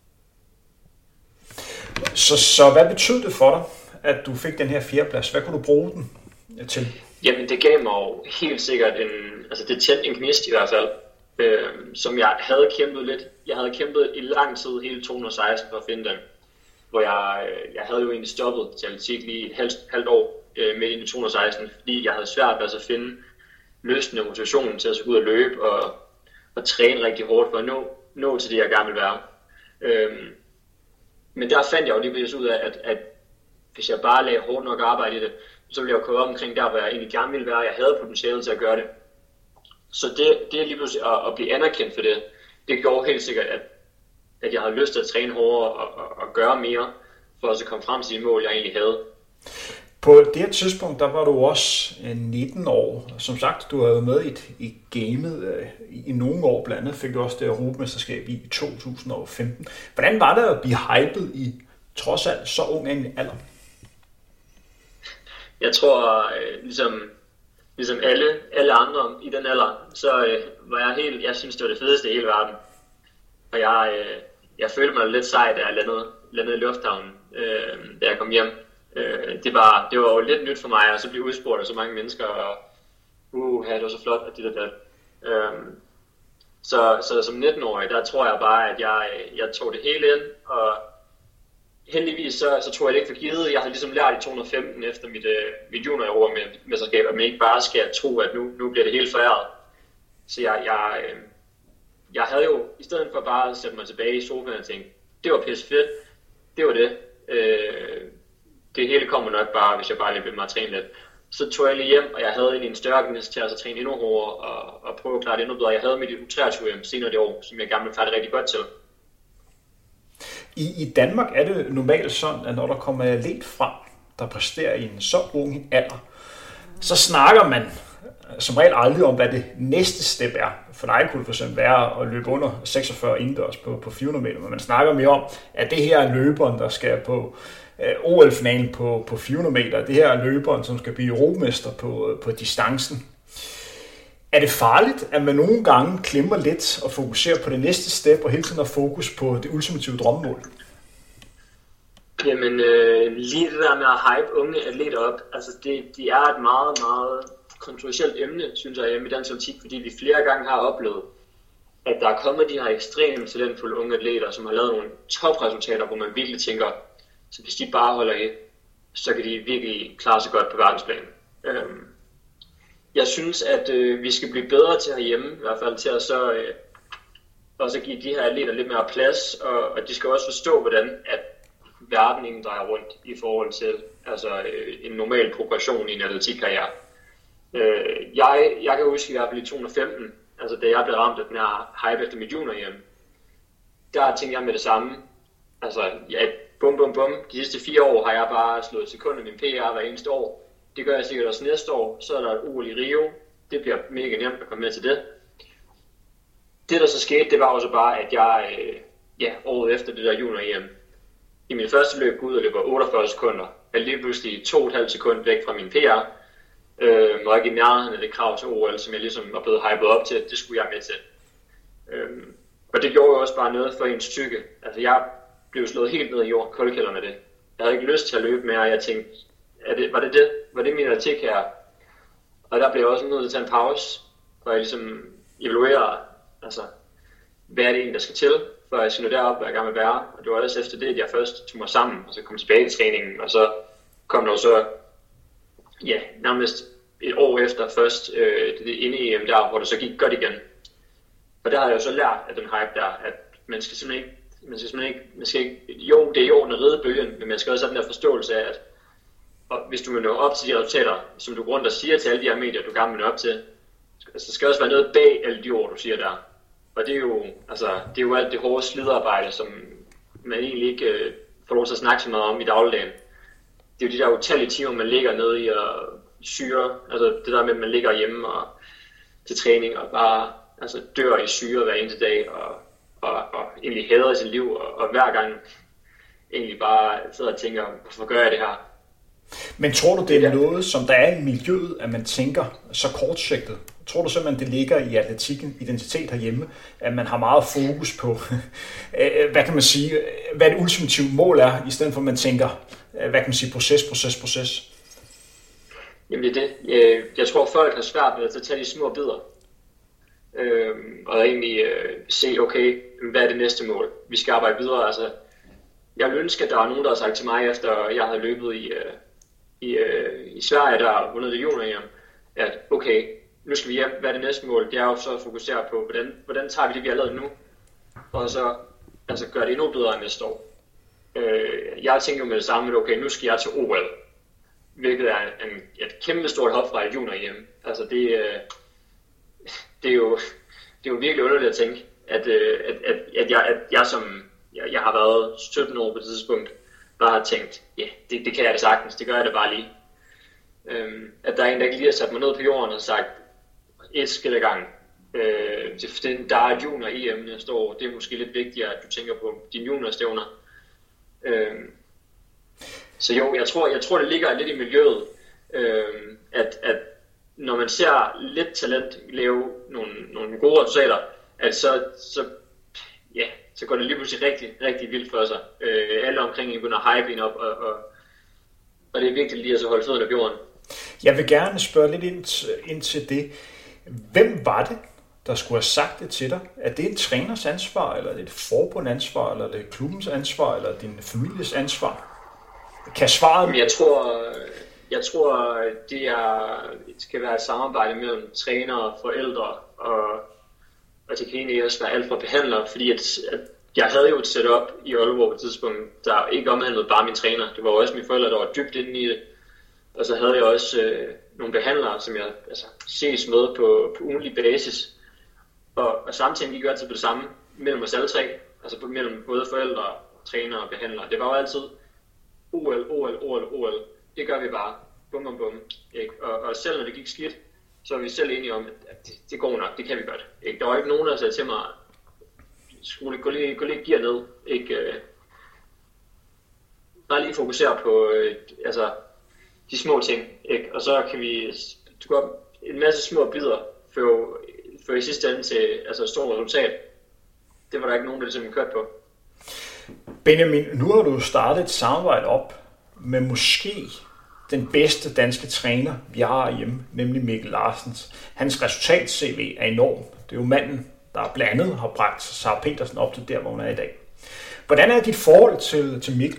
Så, så hvad betød det for dig, at du fik den her fjerdeplads? Hvad kunne du bruge den til? Jamen det gav mig jo helt sikkert en, altså det tændte en gnist i hvert fald. Øh, som jeg havde kæmpet lidt. Jeg havde kæmpet i lang tid, hele to tusind og seksten, for at finde den. Hvor jeg, jeg havde jo egentlig stoppet til atletik lige et halvt, halvt år øh, midt i to tusind og seksten, fordi jeg havde svært ved at finde lysten og motivationen til at så gå ud og løbe og, og træne rigtig hårdt for at nå, nå til det, jeg gerne ville være. Øh, men der fandt jeg jo lige pludselig ud af, at, at hvis jeg bare lagde hårdt nok arbejde i det, så ville jeg jo komme op omkring der, hvor jeg egentlig gerne ville være. Jeg havde potentiale til at gøre det. Så det, det er lige pludselig at, at blive anerkendt for det, det gjorde helt sikkert, at, at jeg havde lyst til at træne hårdere og, og, og gøre mere, for at så komme frem til de mål, jeg egentlig havde. På det her tidspunkt, der var du også nitten år. Som sagt, du havde med i, i gamet i, i nogle år, blandt andet fik du også det Europamesterskab i to tusind og femten. Hvordan var det at blive hypet i trods alt så ung en alder? Jeg tror, øh, ligesom ligesom alle, alle andre i den alder, så øh, var jeg helt, jeg synes det var det fedeste i hele verden. Og jeg, øh, jeg følte mig lidt sej, da jeg landede, landede i lufthavnen, øh, da jeg kom hjem. Øh, det, var, det var jo lidt nyt for mig, og så blive udspurgt af så mange mennesker, og uh, det var så flot, og dit og dat. Øh, så, så som nitten-årig, der tror jeg bare, at jeg, jeg tog det hele ind, og heldigvis så, så tror jeg det ikke for givet. Jeg har ligesom lært i to tusind og femten efter mit, øh, mit junior-mesterskab, at man ikke bare skal tro, at nu, nu bliver det helt foræret. Så jeg, jeg, øh, jeg havde jo, i stedet for bare at sætte mig tilbage i sofaen og tænke, det var pisse fedt, det var det. Øh, det hele kommer nok bare, hvis jeg bare lige vil mig træne lidt. Så tog jeg lige hjem, og jeg havde egentlig en større gnist til at træne endnu hårdere og, og prøve at klare det endnu bedre. Jeg havde mit U treogtyve senere det år, som jeg gerne ville klare det rigtig godt til. I, I Danmark er det normalt sådan, at når der kommer atlet frem, der præsterer i en så ung alder, så snakker man som regel aldrig om, hvad det næste step er. For dig kunne det for eksempel være at løbe under seksogfyrre indendørs på, på fire hundrede meter, men man snakker mere om, at det her er løberen, der skal på øh, O L-finalen på, på fire hundrede meter. Det her er løberen, som skal blive europamester på, på distancen. Er det farligt, at man nogle gange klemmer lidt og fokuserer på det næste step, og hele tiden har fokus på det ultimative drømmemål? Jamen, øh, lige det der med at hype unge atleter op, altså det, det er et meget, meget kontroversielt emne, synes jeg, i dansk atletik, fordi vi flere gange har oplevet, at der er kommet de her ekstremt talentfulde unge atleter, som har lavet nogle topresultater, hvor man virkelig tænker, så hvis de bare holder i, så kan de virkelig klare sig godt på verdensplan. Øhm, Jeg synes, at øh, vi skal blive bedre til herhjemme, i hvert fald til at så, øh, også give de her atleter lidt mere plads, og, og de skal også forstå, hvordan at verden egentlig drejer rundt i forhold til altså, øh, en normal progression i en atletikkarriere. Øh, jeg, jeg kan huske i hvert fald i to tusind og femten, altså da jeg blev ramt af den her hype efter mit junior-hjem, der tænkte jeg med det samme. Altså, ja, bum bum bum, de sidste fire år har jeg bare slået sekunder min P R hver eneste år. Det gør jeg sikkert også næste år, så er der et O L i Rio. Det bliver mega nemt at komme med til det. Det der så skete, det var også bare, at jeg øh, ja, året efter det der junior-E M, i min første løb ud og løber otteogfyrre sekunder, er lige pludselig to komma fem sekunder væk fra min P R, øh, og ikke i nærheden af det krav til O L, som jeg ligesom var blevet hypet op til, det skulle jeg med til. Øh, og det gjorde jo også bare noget for ens styrke. Altså jeg blev slået helt ned i jorden, koldkælderen af det. Jeg havde ikke lyst til at løbe mere, og jeg tænkte, er det, var det det? Var det min atletik her? Og der blev jeg også nødt til at tage en pause, for at ligesom evaluere, altså, hvad er det egentlig, der skal til, for at jeg skal nå derop, hvad jeg gerne vil være. Og det var også efter det, at jeg først tog mig sammen, og så kom tilbage til træningen, og så kom der jo så, ja, nærmest et år efter først, øh, det, det inde i E M der, hvor det så gik godt igen. Og der har jeg jo så lært af den hype der, at man skal simpelthen ikke, man skal simpelthen ikke, man skal ikke, jo, det er i orden at ride bølgen, men man skal også have den der forståelse af, at og hvis du vil nå op til de resultater, som du går rundt og siger til alle de her medier, du gerne vil nå op til, så skal også være noget bag alle de ord, du siger der. Og det er jo, altså, det er jo alt det hårde sliderarbejde, som man egentlig ikke øh, får lov til at snakke så meget om i dagligdagen. Det er jo de der utallige timer, man ligger nede i og syre, altså det der med, at man ligger hjemme og til træning og bare altså, dør i syre hver eneste dag og, og, og egentlig hader sit liv og, og hver gang egentlig bare sidder og tænker, hvorfor gør jeg det her? Men tror du, det er noget, som der er i miljøet, at man tænker så kortsigtet? Tror du simpelthen, det ligger i atletikken, identitet herhjemme, at man har meget fokus på, hvad kan man sige, hvad det ultimative mål er, i stedet for at man tænker, hvad kan man sige, proces, proces, proces? Jamen det er det. Jeg tror, folk har svært ved at tage de små bidder, og egentlig se, okay, hvad er det næste mål? Vi skal arbejde videre. Altså, jeg ville ønske, at der var nogen, der havde sagt til mig, efter jeg havde løbet i, i, i Sverige, der vundet det junior-E M, at okay, nu skal vi hjem, hvad er det næste mål? Det er jo så at fokusere på, hvordan, hvordan tager vi det, vi har lavet nu, og så altså, gøre det endnu bedre næste år. Øh, jeg tænker jo med det samme, at okay, nu skal jeg til O L, hvilket er en, et kæmpe stort hop fra et junior-E M. Altså det, det, er jo, det er jo virkelig underligt at tænke, at, at, at, at, jeg, at jeg som jeg, jeg har været sytten år på det tidspunkt, bare har tænkt, ja, yeah, det, det kan jeg da sagtens, det gør jeg da bare lige. Øhm, at der er en, der ikke lige har sat mig ned på jorden og sagt, et skridt ad gangen. Øh, det, der er et junior-E M næste år, det er måske lidt vigtigere, at du tænker på dine juniorstævner. Øhm, så jo, jeg tror, jeg tror, det ligger lidt i miljøet, øhm, at, at når man ser lidt talent lave nogle, nogle gode resultater, at så, så, ja, så går det lige pludselig rigtig, rigtig vildt for sig. Øh, alle omkring en begynder at hype en op, og, og, og det er vigtigt lige at så holde fødderne på jorden. Jeg vil gerne spørge lidt ind, ind til det. Hvem var det, der skulle have sagt det til dig? Er det en træners ansvar, eller er det et forbunds ansvar, eller er det klubbens ansvar, eller din families ansvar? Kan svaret... Jeg tror, jeg tror det, er, det skal være et samarbejde mellem trænere, forældre, og, og det kan egentlig også være alt fra behandlere, fordi at, at jeg havde jo et setup i Aalborg på et tidspunkt, der ikke omhandlede bare min træner. Det var også mine forældre, der var dybt inde i det. Og så havde jeg også øh, nogle behandlere, som jeg altså, ses med på, på ugentlig basis. Og, og samtidig gik jo altid på det samme mellem os alle tre. Altså på, mellem både forældre, trænere og behandlere. Det var jo altid O L, O L, O L, O L. Det gør vi bare. Bum, bum, bum. Ikke? Og, og selv når det gik skidt, så var vi selv enige om, at det, det går nok. Det kan vi godt. Ikke? Der var ikke nogen, der sagde til mig, skulle gå lige, gå lige gear ned. Ikke? Bare lige fokusere på øh, altså, de små ting. Ikke? Og så kan vi gå en masse små bidder for, for i sidste ende til altså, et stort resultat. Det var der ikke nogen, der ligesom kørte på. Benjamin, nu har du startet et samarbejde op med måske den bedste danske træner, vi har hjemme, nemlig Mikkel Larsens. Hans resultat-C V er enorm. Det er jo manden, der blandt andet har bragt Sara Petersen op til der, hvor hun er i dag. Hvordan er dit forhold til, til Mikkel?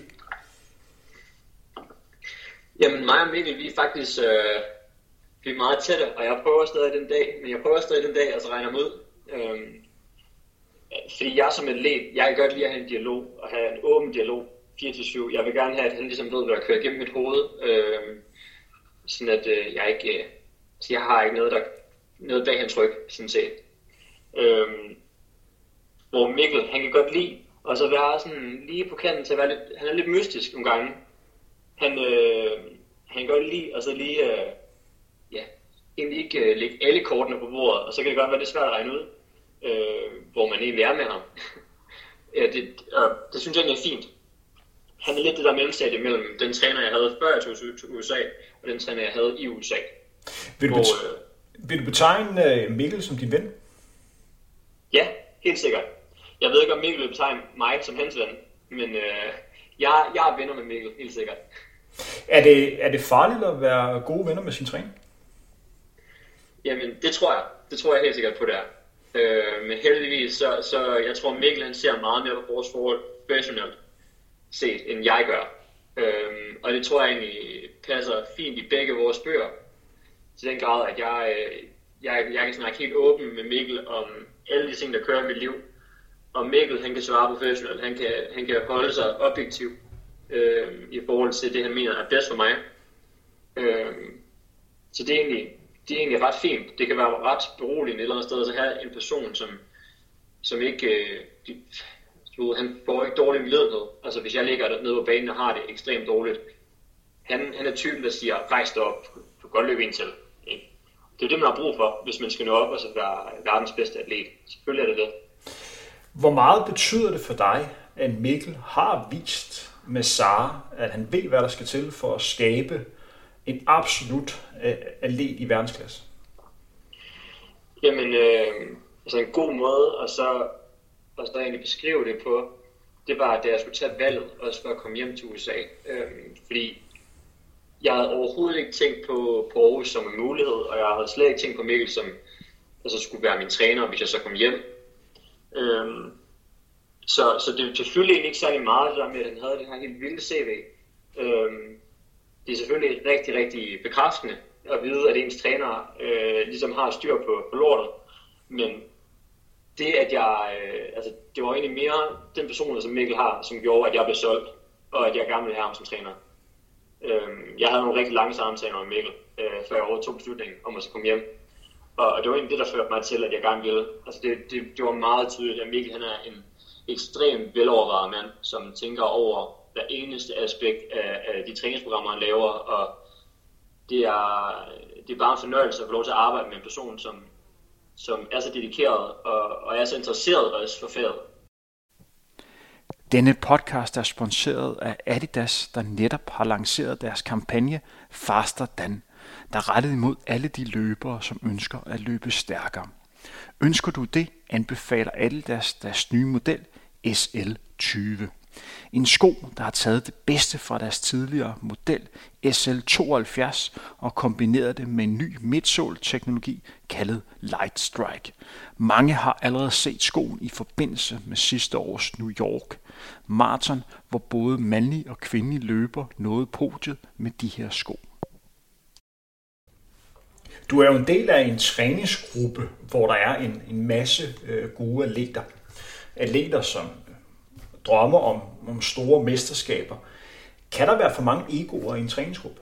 Jamen mig og Mikkel, vi er faktisk øh, vi er meget tætte, og jeg prøver stadig den dag, men jeg prøver stadig den dag, altså regner mig ud. Øhm, fordi jeg som atlet, jeg kan godt lide at have en dialog, og have en åben dialog, fire til syv. Jeg vil gerne have, at han ligesom ved, hvad der kører gennem mit hoved, øhm, sådan at øh, jeg ikke, øh, jeg har ikke noget, der, noget bag hans ryg, sådan set. Øhm, hvor Mikkel, han kan godt lide, og så være sådan lige på kanten til at være lidt, han er lidt mystisk nogle gange. Han, øh, han kan godt lide, og så lige, øh, ja, egentlig ikke øh, lægge alle kortene på bordet, og så kan det godt være lidt svært at regne ud, øh, hvor man egentlig er med ham. ja, det, og det synes jeg egentlig er fint. Han er lidt det der mellemstadie mellem den træner, jeg havde før jeg tog til U S A, og den træner, jeg havde i U S A. Vil du, hvor, betegne, øh, vil du betegne Mikkel som din ven? Ja, helt sikkert. Jeg ved ikke, om Mikkel vil betegne mig som hans ven, men øh, jeg, jeg er venner med Mikkel, helt sikkert. Er det, er det farligt at være gode venner med sin træner? Jamen, det tror jeg. Det tror jeg helt sikkert på, det er. Øh, men heldigvis, så, så jeg tror, Mikkel han ser meget mere på vores forhold professionelt set, end jeg gør. Øh, og det tror jeg egentlig passer fint i begge vores bøger. Til den grad, at jeg, jeg, jeg kan snakke helt åben med Mikkel om alle de ting, der kører i mit liv. Og Mikkel, han kan svare professionelt. Han kan, han kan holde sig objektiv øh, i forhold til det, han mener er bedst for mig. Øh, så det er, egentlig, det er egentlig ret fint. Det kan være ret beroligende et eller andet sted at have en person, som, som ikke... Øh, de, du, han får ikke dårlig medlidenhed. Altså hvis jeg ligger nede på banen og har det ekstremt dårligt. Han, han er typen, der siger, rejs dig op, du kan godt løbe ind til. Ikke? Det er det, man har brug for, hvis man skal nå op og så være verdens bedste atlet. Selvfølgelig er det det. Hvor meget betyder det for dig, at Mikkel har vist med Sara, at han ved, hvad der skal til for at skabe en absolut atlet i verdensklasse? Jamen, øh, altså en god måde at så, at så egentlig beskrive det på, det var, da jeg skulle tage valget, også for at komme hjem til U S A. Øh, fordi jeg havde overhovedet ikke tænkt på, på Aarhus som en mulighed, og jeg havde slet ikke tænkt på Mikkel, som altså, skulle være min træner, hvis jeg så kom hjem. Øhm, så, så det, det fyldte egentlig ikke særlig meget, det der med, at han havde den her helt vilde C V. Øhm, det er selvfølgelig rigtig, rigtig bekræftende at vide, at ens træner øh, ligesom har styr på, på lortet. Men det, at jeg, øh, altså, det var egentlig mere den person, som Mikkel har, som gjorde, at jeg blev solgt, og at jeg gerne ville have ham som træner. Øhm, jeg havde nogle rigtig lange samtaler med Mikkel, øh, før jeg overtog beslutningen om at så komme hjem. Og det var egentlig det, der førte mig til, at jeg gerne ville. Altså det, det, det var meget tydeligt, at Mikkel han er en ekstremt velovervejet mand, som tænker over hver eneste aspekt af, af de træningsprogrammer, han laver. Og det er, det er bare en fornøjelse at få lov til at arbejde med en person, som, som er så dedikeret og, og er så interesseret også for faget. Denne podcast er sponsoreret af Adidas, der netop har lanceret deres kampagne Faster Than. der er rettet imod alle de løbere, som ønsker at løbe stærkere. Ønsker du det, anbefaler Adidas deres nye model S L tyve. En sko, der har taget det bedste fra deres tidligere model S L tooghalvfjerds og kombineret det med en ny midsole-teknologi kaldet Light Strike. Mange har allerede set skoen i forbindelse med sidste års New York Marathon, hvor både mandlige og kvindelige løbere nåede podiet med de her sko. Du er jo en del af en træningsgruppe, hvor der er en, en masse øh, gode atleter. Atleter, som drømmer om, om store mesterskaber. Kan der være for mange egoer i en træningsgruppe?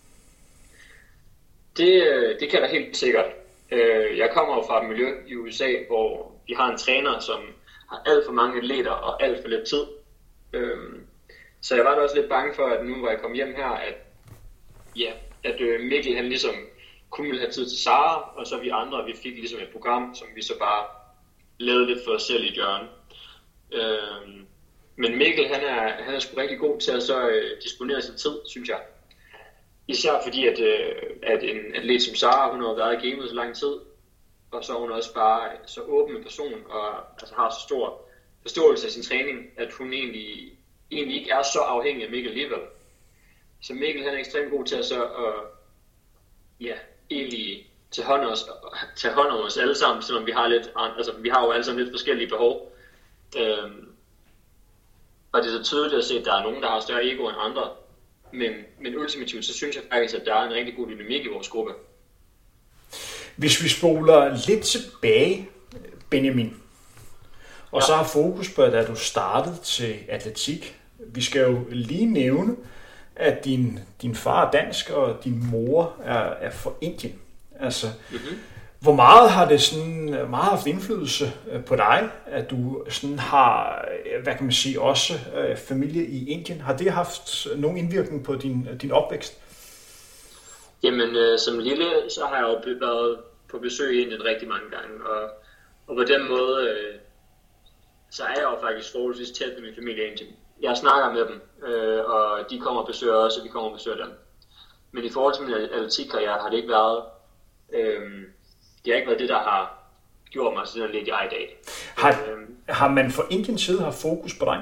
Det, det kan der helt sikkert. Jeg kommer jo fra et miljø i U S A, hvor vi har en træner, som har alt for mange atleter og alt for lidt tid. Så jeg var da også lidt bange for, at nu hvor jeg kom hjem her, at, ja, at Mikkel han ligesom kun ville have tid til Sara, og så vi andre, vi fik ligesom et program, som vi så bare lavede lidt for os selv i hjørnet. Men Mikkel, han er, han er sgu rigtig god til at så øh, disponere sin tid, synes jeg. Især fordi, at, øh, at en atlet som Sara, hun har været i gamet så lang tid, og så er hun også bare så åben en person, og altså, har så stor forståelse af sin træning, at hun egentlig, egentlig ikke er så afhængig af Mikkel alligevel. Så Mikkel, han er ekstremt god til at så, øh, ja, egentlig tage hånd, os, tage hånd om os alle sammen, selvom vi har lidt, altså vi har jo alle sammen lidt forskellige behov. Øh, Og det er så tydeligt at se, at der er nogen, der har større ego end andre. Men, men ultimativt, så synes jeg faktisk, at der er en rigtig god dynamik i vores gruppe. Hvis vi spoler lidt tilbage, Benjamin, og ja. så har fokus på, da du startede til atletik. Vi skal jo lige nævne, at din, din far er dansk, og din mor er, er fra Indien. Altså, mm-hmm. Hvor meget har det sådan meget haft indflydelse på dig, at du sådan har, hvad kan man sige, også familie i Indien? Har det haft nogen indvirkning på din, din opvækst? Jamen, øh, som lille, så har jeg jo været på besøg i Indien rigtig mange gange, og, og på den måde, øh, så er jeg jo faktisk forholdsvis tæt med min familie i Indien. Jeg snakker med dem, øh, og de kommer og besøger os, og vi kommer og besøger dem. Men i forhold til min atletikkarriere har det ikke været... Øh, Det har ikke været det, der har gjort mig sådan lidt, jeg er i dag. Har, øhm, har man fra Indiens side haft fokus på dig?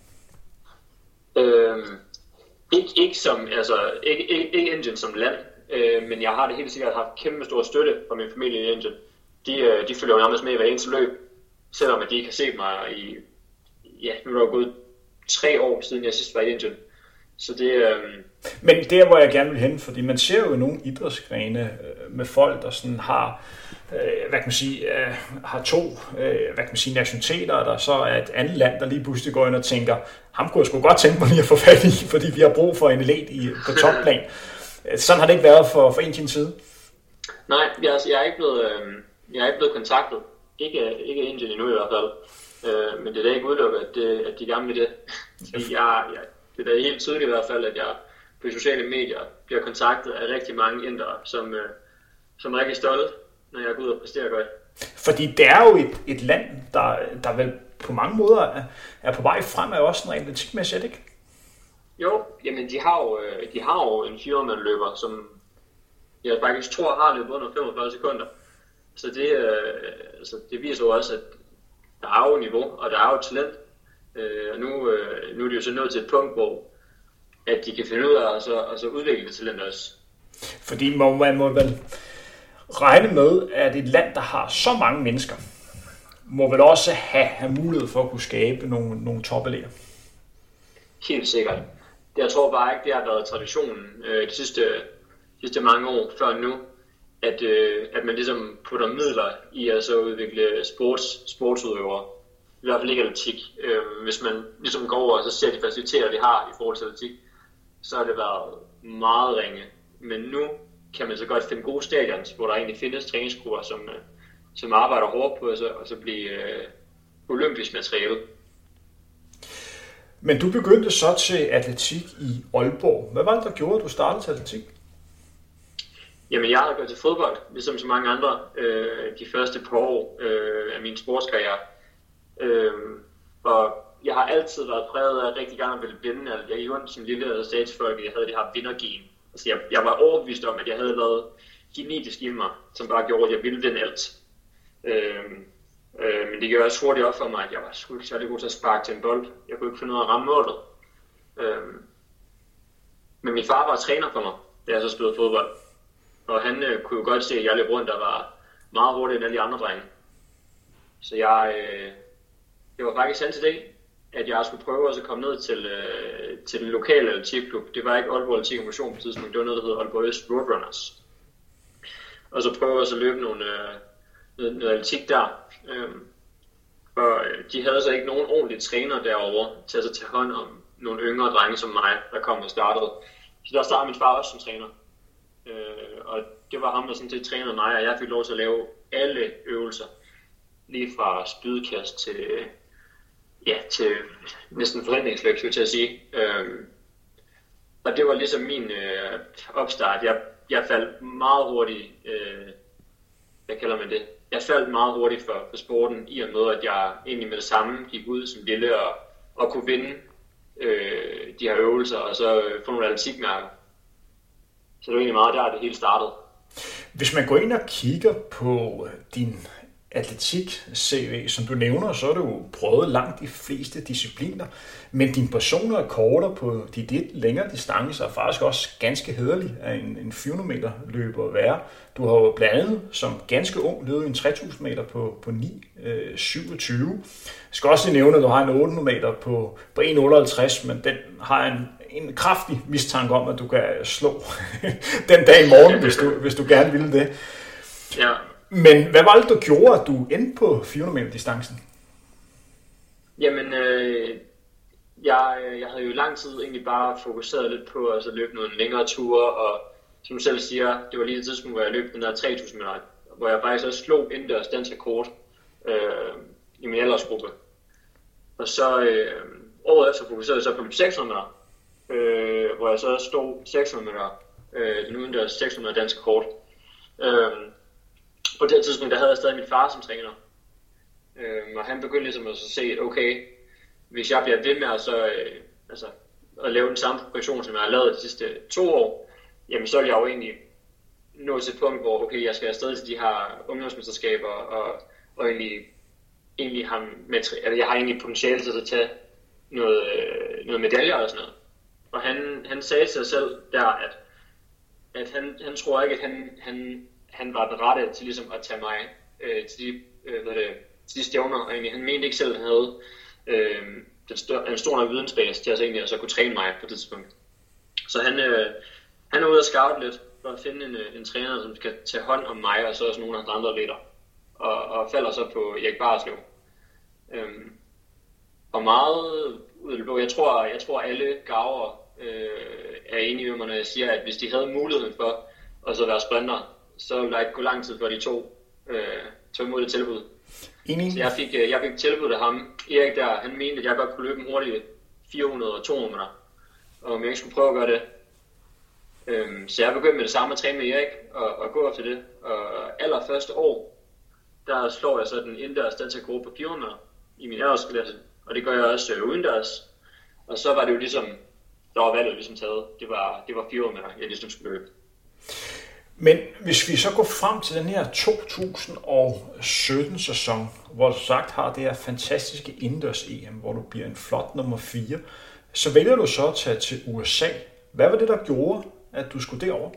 Øhm, ikke, ikke som, altså, ikke, ikke, ikke Indien som land, øh, men jeg har det helt sikkert haft kæmpe stor støtte fra min familie i Indien. De, de følger jo nærmest med i hver eneste løb, selvom at de ikke har set mig i, ja, nu er der jo gået tre år siden jeg sidst var i Indien. Så det, øhm... Men der, hvor jeg gerne vil hen, fordi man ser jo nogle idrætsgrene øh, med folk, der sådan har, øh, hvad kan man sige, øh, har to, øh, hvad kan man sige, nationaliteter, og der så er et andet land, der lige pludselig går ind og tænker, ham kunne jeg sgu godt tænke mig lige at få fat i, fordi vi har brug for en atlet i, på topplan. Sådan har det ikke været for, for Indiens side? Nej, jeg, jeg, er ikke blevet, øh, jeg er ikke blevet kontaktet. Ikke, ikke Indien endnu i hvert fald. Øh, men det er da ikke udelukket, at, at de gerne vil det. jeg, jeg, det er da helt tydeligt i hvert fald, at jeg på sociale medier bliver kontaktet af rigtig mange indere, som, øh, som er rigtig stolte, når jeg går ud og præsterer godt. Fordi det er jo et, et land, der, der vel på mange måder er, er på vej frem, er også sådan rent atletikmæssigt, ikke? Jo, jamen de har jo, de har jo en fire-mand-løber, som jeg faktisk tror har løbet under femogfyrre sekunder. Så det, øh, altså, det viser jo også, at der er jo niveau, og der er jo talent. Øh, og nu, øh, nu er de jo så nået til et punkt, hvor at de kan finde ud af at så, og så udvikle det talent også. Fordi må, man må vel regne med, at et land, der har så mange mennesker, må vel også have, have mulighed for at kunne skabe nogle, nogle topatleter. Helt sikkert. Det, jeg tror bare ikke, det har været traditionen øh, de sidste, sidste mange år før nu, at, øh, at man ligesom putter midler i at så udvikle sports, sportsudøvere. I hvert fald ikke atletik. Øh, hvis man ligesom går over og så ser de faciliteter, de har i forhold til atletik, så har det været meget ringe. Men nu kan man så godt finde gode stadions, hvor der egentlig findes træningsgrupper, som, som arbejder hårdt på at så, og så blive øh, olympisk materiale. Men du begyndte så til atletik i Aalborg. Hvad var det, der gjorde, at du startede til atletik? Jamen, jeg har gået til fodbold, ligesom så mange andre, øh, de første par år øh, af min sportskarriere. Øh, og jeg har altid været præget af at rigtig gerne ville vinde. Jeg gik rundt som lille og sagde til folk, at jeg havde det her vindergen. Altså, jeg, jeg var overbevist om, at jeg havde noget genetisk i mig, som bare gjorde, at jeg ville vinde alt. Øhm, øh, men det gjorde også hurtigt op for mig, at jeg var sgu ikke særlig god til at sparke til en bold. Jeg kunne ikke finde ud af at ramme målet. Øhm, men min far var træner for mig, da jeg så spillede fodbold. Og han øh, kunne jo godt se, at jeg løb rundt, der var meget hurtigere end alle de andre drenge. Så jeg, øh, det var faktisk hans idé, at jeg skulle prøve at komme ned til, øh, til den lokale atletikklub. Det var ikke Aalborg Atletik og Motion på tidspunkt, det var noget, der hed Aalborg Øst Roadrunners. Og så prøvede jeg så at løbe nogle, øh, noget, noget atletik der. Øhm, og de havde så ikke nogen ordentlige træner derovre til at så tage hånd om nogle yngre drenge som mig, der kom og startede. Så der startede min far også som træner. Øh, og det var ham, der sådan set trænede mig, og jeg fik lov til at lave alle øvelser. Lige fra spydkast til, ja, til næsten forhindringsløb, skulle jeg til at sige. Øhm, og det var ligesom min øh, opstart. Jeg, jeg faldt meget hurtigt, øh, hvad kalder man det? Jeg faldt meget hurtigt for, for sporten, i og med, at jeg egentlig med det samme gik ud som lille og, og kunne vinde øh, de her øvelser, og så øh, få nogle atletikmærker. Så det var egentlig meget der, det hele startede. Hvis man går ind og kigger på din atletik-C V, som du nævner, så er du jo prøvet langt de fleste discipliner, men din personlige rekorder på de lidt længere distancer er faktisk også ganske hæderlig af en, en fire hundrede meter løber at være. Du har jo blandt andet som ganske ung løbet en tre tusind meter på, på ni syvogtyve. Jeg skal også nævne, at du har en otte hundrede meter på, på en otteoghalvtreds, men den har en, en kraftig mistanke om, at du kan slå den dag i morgen, hvis du, hvis du gerne ville det. Ja. Men hvad var det, der gjorde, at du endte på fire hundrede meter distancen? Jamen, øh, jeg, jeg havde jo lang tid egentlig bare fokuseret lidt på at løbe nogle længere ture, og som du selv siger, det var lige et tidspunkt, hvor jeg løb den der tre tusind meter, hvor jeg faktisk også slog indendørs dansk rekord øh, i min aldersgruppe. Og så øh, året efter fokuserede jeg så på seks hundrede meter, øh, hvor jeg så stod seks hundrede meter, øh, den udendørs seks hundrede meter dansk rekord. Øh, På det tidspunkt, der havde jeg stadig min far som træner. Øhm, og han begyndte ligesom at se, at okay, hvis jeg bliver ved med at, så, øh, altså, at lave den samme progression, som jeg har lavet de sidste to år, jamen så vil jeg jo egentlig nå til et punkt, hvor okay, jeg skal afsted til de her ungdomsmesterskaber, og, og egentlig, egentlig har, altså, jeg har egentlig potentiale til at tage noget, øh, noget medaljer og sådan noget. Og han, han sagde til sig selv der, at, at han, han tror ikke, at han, han han var den rette til ligesom at tage mig øh, til, de, øh, hvad det, til de stævner, og egentlig, han mente ikke selv, at han havde øh, den stør, en stor nok vidensbase til at, egentlig, at så kunne træne mig på det tidspunkt. Så han, øh, han er ude at scout lidt for at finde en, en træner, som skal tage hånd om mig, og så også nogle af de andre atleter, og, og falder så på Erik Barslev. Øh, og meget ud af det blå, jeg tror, jeg tror alle gaver øh, er enige med mig, når jeg siger, at hvis de havde muligheden for at så være sprinter, så ville der ikke gå lang tid før de to øh, tog imod det tilbud. Enig. Så jeg fik, øh, jeg fik tilbud af ham. Erik der, han mente, at jeg godt kunne løbe en hurtig fire hundrede og to hundrede meter, og om jeg ikke skulle prøve at gøre det. Øhm, så jeg begyndte med det samme at træne med Erik, og, og gå efter det. Og allerførste år, der slår jeg så den indendørs danske gruppe på fire hundrede i min aldersklasse, og det gør jeg også øh, udendørs. Og så var det jo ligesom, der var valget ligesom taget. Det var, det var fire hundrede meter, jeg ligesom skulle løbe. Men hvis vi så går frem til den her to tusind sytten sæson, hvor du sagt har det her fantastiske indendørs-E M, hvor du bliver en flot nummer fire, så vælger du så at tage til U S A. Hvad var det, der gjorde, at du skulle derover?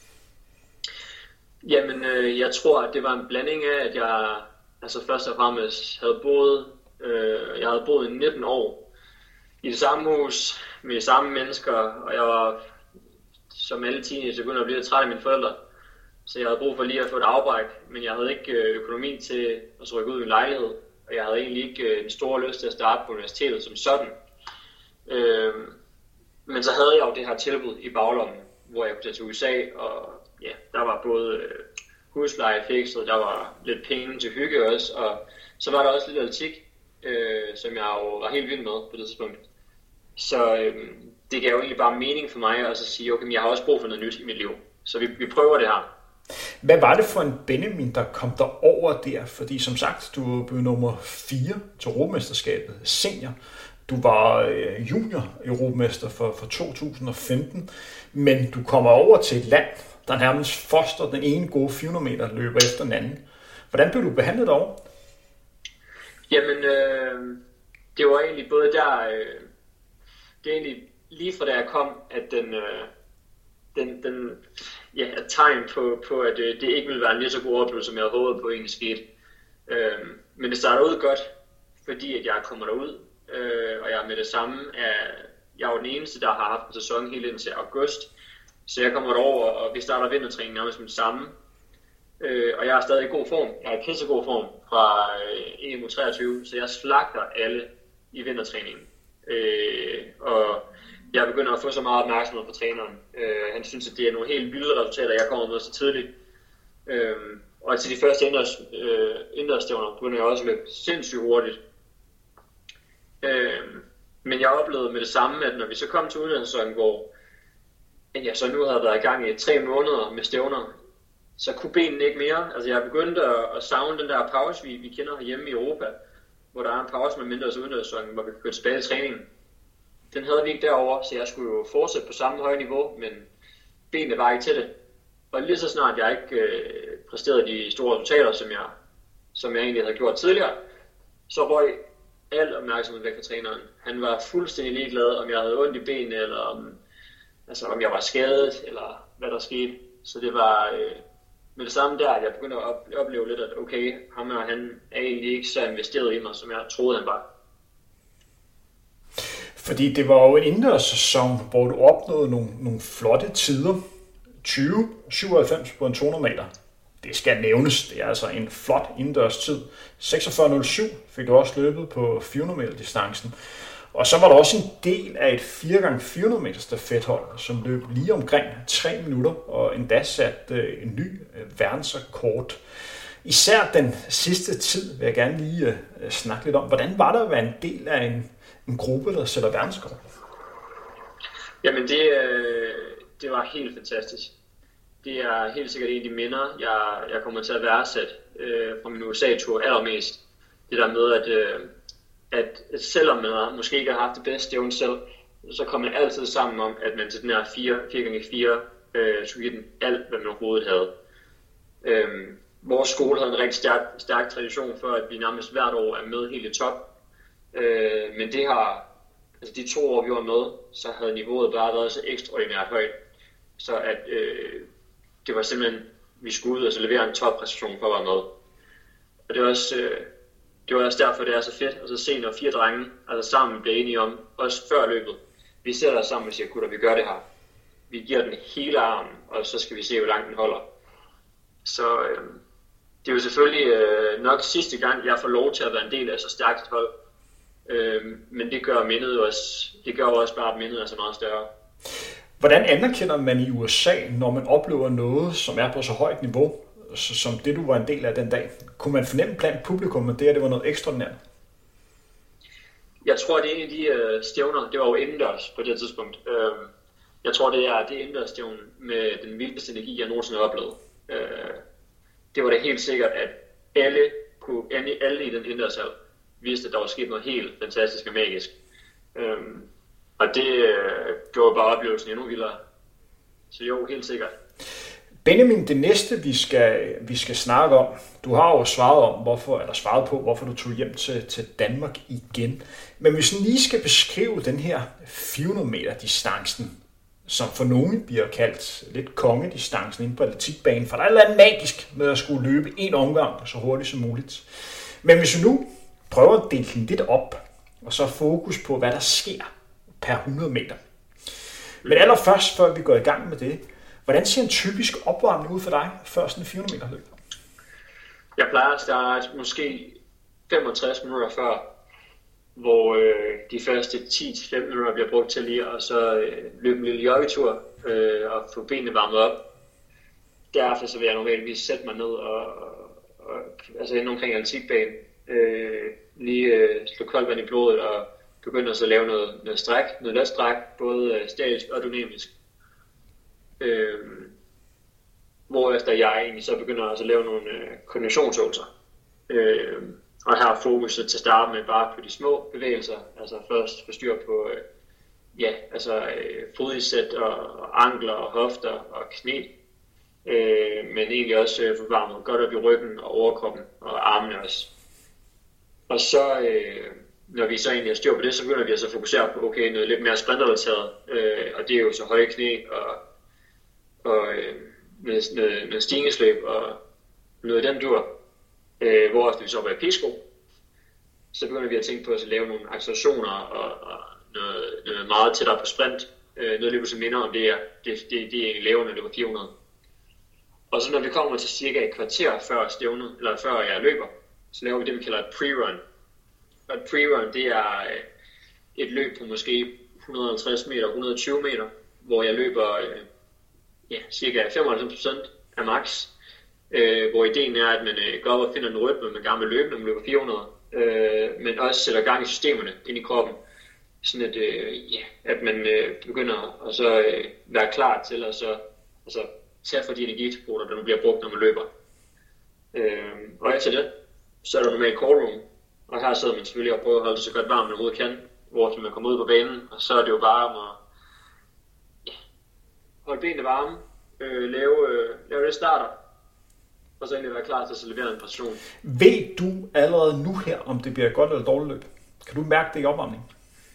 Jamen, øh, jeg tror, at det var en blanding af, at jeg altså først og fremmest havde boet, øh, jeg havde boet i nitten år i det samme hus med de samme mennesker, og jeg var som alle teenager begyndt at blive træt af mine forældre. Så jeg havde brug for lige at få et afbræk, men jeg havde ikke økonomi til at rykke ud i en lejlighed, og jeg havde egentlig ikke en stor lyst til at starte på universitetet som sådan. Øhm, men så havde jeg jo det her tilbud i baglommen, hvor jeg kunne tage til U S A, og ja, der var både husleje fikset, der var lidt penge til hygge også, og så var der også lidt atletik, øh, som jeg jo var helt vild med på det tidspunkt. Så øh, det gav jo egentlig bare mening for mig at så sige, okay, men jeg har også brug for noget nyt i mit liv, så vi, vi prøver det her. Hvad var det for en Benjamin, der kom der over der? Fordi som sagt, du blev nummer fire til Europamesterskabet senior. Du var øh, junior-europamester for, for to tusind og femten, men du kommer over til et land, der nærmest foster den ene gode fire hundrede meter løber efter den anden. Hvordan blev du behandlet derovre? Jamen, øh, det var egentlig både der, øh, det er egentlig lige fra da jeg kom, at den, øh, den, den ja, et tegn på, på at øh, det ikke ville være en lige så god oplevelse, som jeg havde håbet på egentlig skete. Øh, men det starter ud godt, fordi at jeg kommer derud, øh, og jeg er med det samme. Af, jeg er jo den eneste, der har haft en sæson helt indtil august, så jeg kommer derover, og vi starter vintertræning nærmest med det samme. Øh, og jeg er stadig i god form. Jeg er i pissegod form fra øh, E M U treogtyve, så jeg slagter alle i vintertræningen. Øh, og jeg begynder at få så meget opmærksomhed fra træneren. Øh, han synes, at det er nogle helt vilde resultater, jeg kommer med så tidligt. Øh, og til de første indendørs, øh, indendørsstævner begynder jeg også at løbe sindssygt hurtigt. Øh, men jeg oplevede med det samme, at når vi så kom til udlandssæsonen, hvor jeg så nu havde været i gang i tre måneder med stævner, så kunne benene ikke mere. Altså jeg begyndte at, at savne den der pause, vi, vi kender herhjemme i Europa, hvor der er en pause med mindre udendørssæsonen, hvor vi kan gå tilbage til træningen. Den havde vi ikke derovre, så jeg skulle jo fortsætte på samme høje niveau, men benene var ikke til det. Og lige så snart jeg ikke øh, præsterede de store resultater, som jeg, som jeg egentlig havde gjort tidligere, så røg al opmærksomhed væk fra træneren. Han var fuldstændig ligeglad, om jeg havde ondt i benene, eller om, altså, om jeg var skadet, eller hvad der skete. Så det var øh, med det samme der, at jeg begyndte at opleve lidt, at okay, ham og han er egentlig ikke så investeret i mig, som jeg troede, han var. Fordi det var jo en indendørssæson, hvor du opnåede nogle, nogle flotte tider. tyve syvoghalvfems på en to hundrede meter. Det skal nævnes. Det er altså en flot indendørs tid. seksogfyrre nul syv fik du også løbet på fire hundrede meter distancen. Og så var der også en del af et fire gange fire hundrede meter stafethold, som løb lige omkring tre minutter og endda satte en ny verdensrekord. Især den sidste tid vil jeg gerne lige snakke lidt om. Hvordan var det at være en del af en, en gruppe, der sætter verdensrekord? Jamen det, det var helt fantastisk. Det er helt sikkert en af de minder, jeg, jeg kommer til at værdsætte øh, fra min U S A-tur allermest. Det der med, at, øh, at, at selvom man måske ikke har haft det bedste stævne selv, så kommer man altid sammen om, at man til den her fire gange fire øh, skulle give den alt, hvad man overhovedet havde. Øh, vores skole havde en rigtig stærk, stærk tradition for, at vi nærmest hvert år er med helt i top. Øh, men det har, altså de to år, vi var med, så havde niveauet bare været så ekstraordinært højt. Så at øh, det var simpelthen, vi skulle ud og så levere en toppræstation for at være med. Og det var også, øh, det var også derfor, det er så fedt at så se, når fire drenge altså sammen bliver enige om, også før løbet, vi sætter os sammen og siger, gutter, vi gør det her. Vi giver den hele armen, og så skal vi se, hvor langt den holder. Så øh, det er jo selvfølgelig øh, nok sidste gang, jeg får lov til at være en del af så stærkt et hold. Øh, men det gør mindet også, det gør også bare, at mindet er så meget større. Hvordan anerkender man i U S A, når man oplever noget, som er på så højt niveau, som det du var en del af den dag? Kunne man fornemme blandt publikum, at det, at det var noget ekstraordinært? Jeg tror, det er en af de øh, stævner, det var jo indendørs på det tidspunkt. Øh, jeg tror, det er det indendørsstævn med den vildeste energi, jeg nogensinde har oplevet. Øh, det var det helt sikkert, at alle, kunne, alle i den indendørshal vidste, at der var sket noget helt fantastisk og magisk. Øh, Og det øh, gjorde bare oplevelsen endnu vildere. Så jo, helt sikkert. Benjamin, det næste vi skal, vi skal snakke om, du har jo svaret om, hvorfor, eller svaret på, hvorfor du tog hjem til, til Danmark igen. Men hvis vi lige skal beskrive den her fire hundrede meter distancen, som for nogle bliver kaldt lidt kongedistancen inde på atletikbanen, for der er noget magisk med at skulle løbe en omgang så hurtigt som muligt. Men hvis vi nu prøver at dele den lidt op, og så fokus på, hvad der sker per hundrede meter. Men allerførst, før vi går i gang med det, hvordan ser en typisk opvarmning ud for dig, før sådan en fire hundrede meter løb? Jeg plejer at starte måske femogtres minutter før, hvor øh, de første ti til femten minutter bliver brugt til lige at så øh, løbe en lille joggetur øh, og få benene varmet op. Derefter så vil jeg normalvis sætte mig ned og, og altså ind omkring atletikbanen, øh, lige øh, slå koldt vand i blodet og begynder så at lave noget, noget stræk, noget let stræk, både statisk og dynamisk. Øhm, hvorefter jeg egentlig så begynder altså at lave nogle øh, koordinationsøvelser. Øhm, og her er fokuset til at starte med bare på de små bevægelser, altså først få styr på øh, ja, altså øh, fodisæt og, og ankler og hofter og knæ, øh, men egentlig også øh, få varmet godt op i ryggen og overkroppen og armene også. Og så, øh, når vi så egentlig har styr på det, så begynder vi altså at fokusere på okay, noget lidt mere sprintrelateret, øh, og det er jo så høje knæ og, og øh, noget, noget, noget stigningsløb og noget af den dur, øh, hvor vi så var i p-sko. Så begynder vi at tænke på at lave nogle accelerationer og, og noget, noget meget tættere på sprint. Øh, noget løb, som minder om det er, det, det, det er laver, når det var fire hundrede. Og så når vi kommer til cirka et kvarter før stævnet, eller før jeg løber, så laver vi det, vi kalder et pre-run. Og et pre-run, det er et løb på måske et hundrede og halvtreds meter, et hundrede og tyve meter, hvor jeg løber ja, cirka femoghalvfems procent af max. Øh, hvor ideen er, at man øh, går op og finder en rytme, man gerne vil løbe, når man løber fire hundrede. Øh, men også sætter gang i systemerne ind i kroppen. Sådan at, øh, ja, at man øh, begynder at så, øh, være klar til at så, altså, tage for de energidepoter, der nu bliver brugt, når man løber. Øh, og efter det, så er der normalt call room. Og her sidder man selvfølgelig og prøver at holde sig så godt varmt, man overhovedet kan, hvor man kommer ud på banen. Og så er det jo bare om at ja, holde benene varme, øh, lave, øh, lave det starter, og så egentlig være klar til at levere en præstation. Ved du allerede nu her, om det bliver et godt eller dårligt løb? Kan du mærke det i opvarmningen?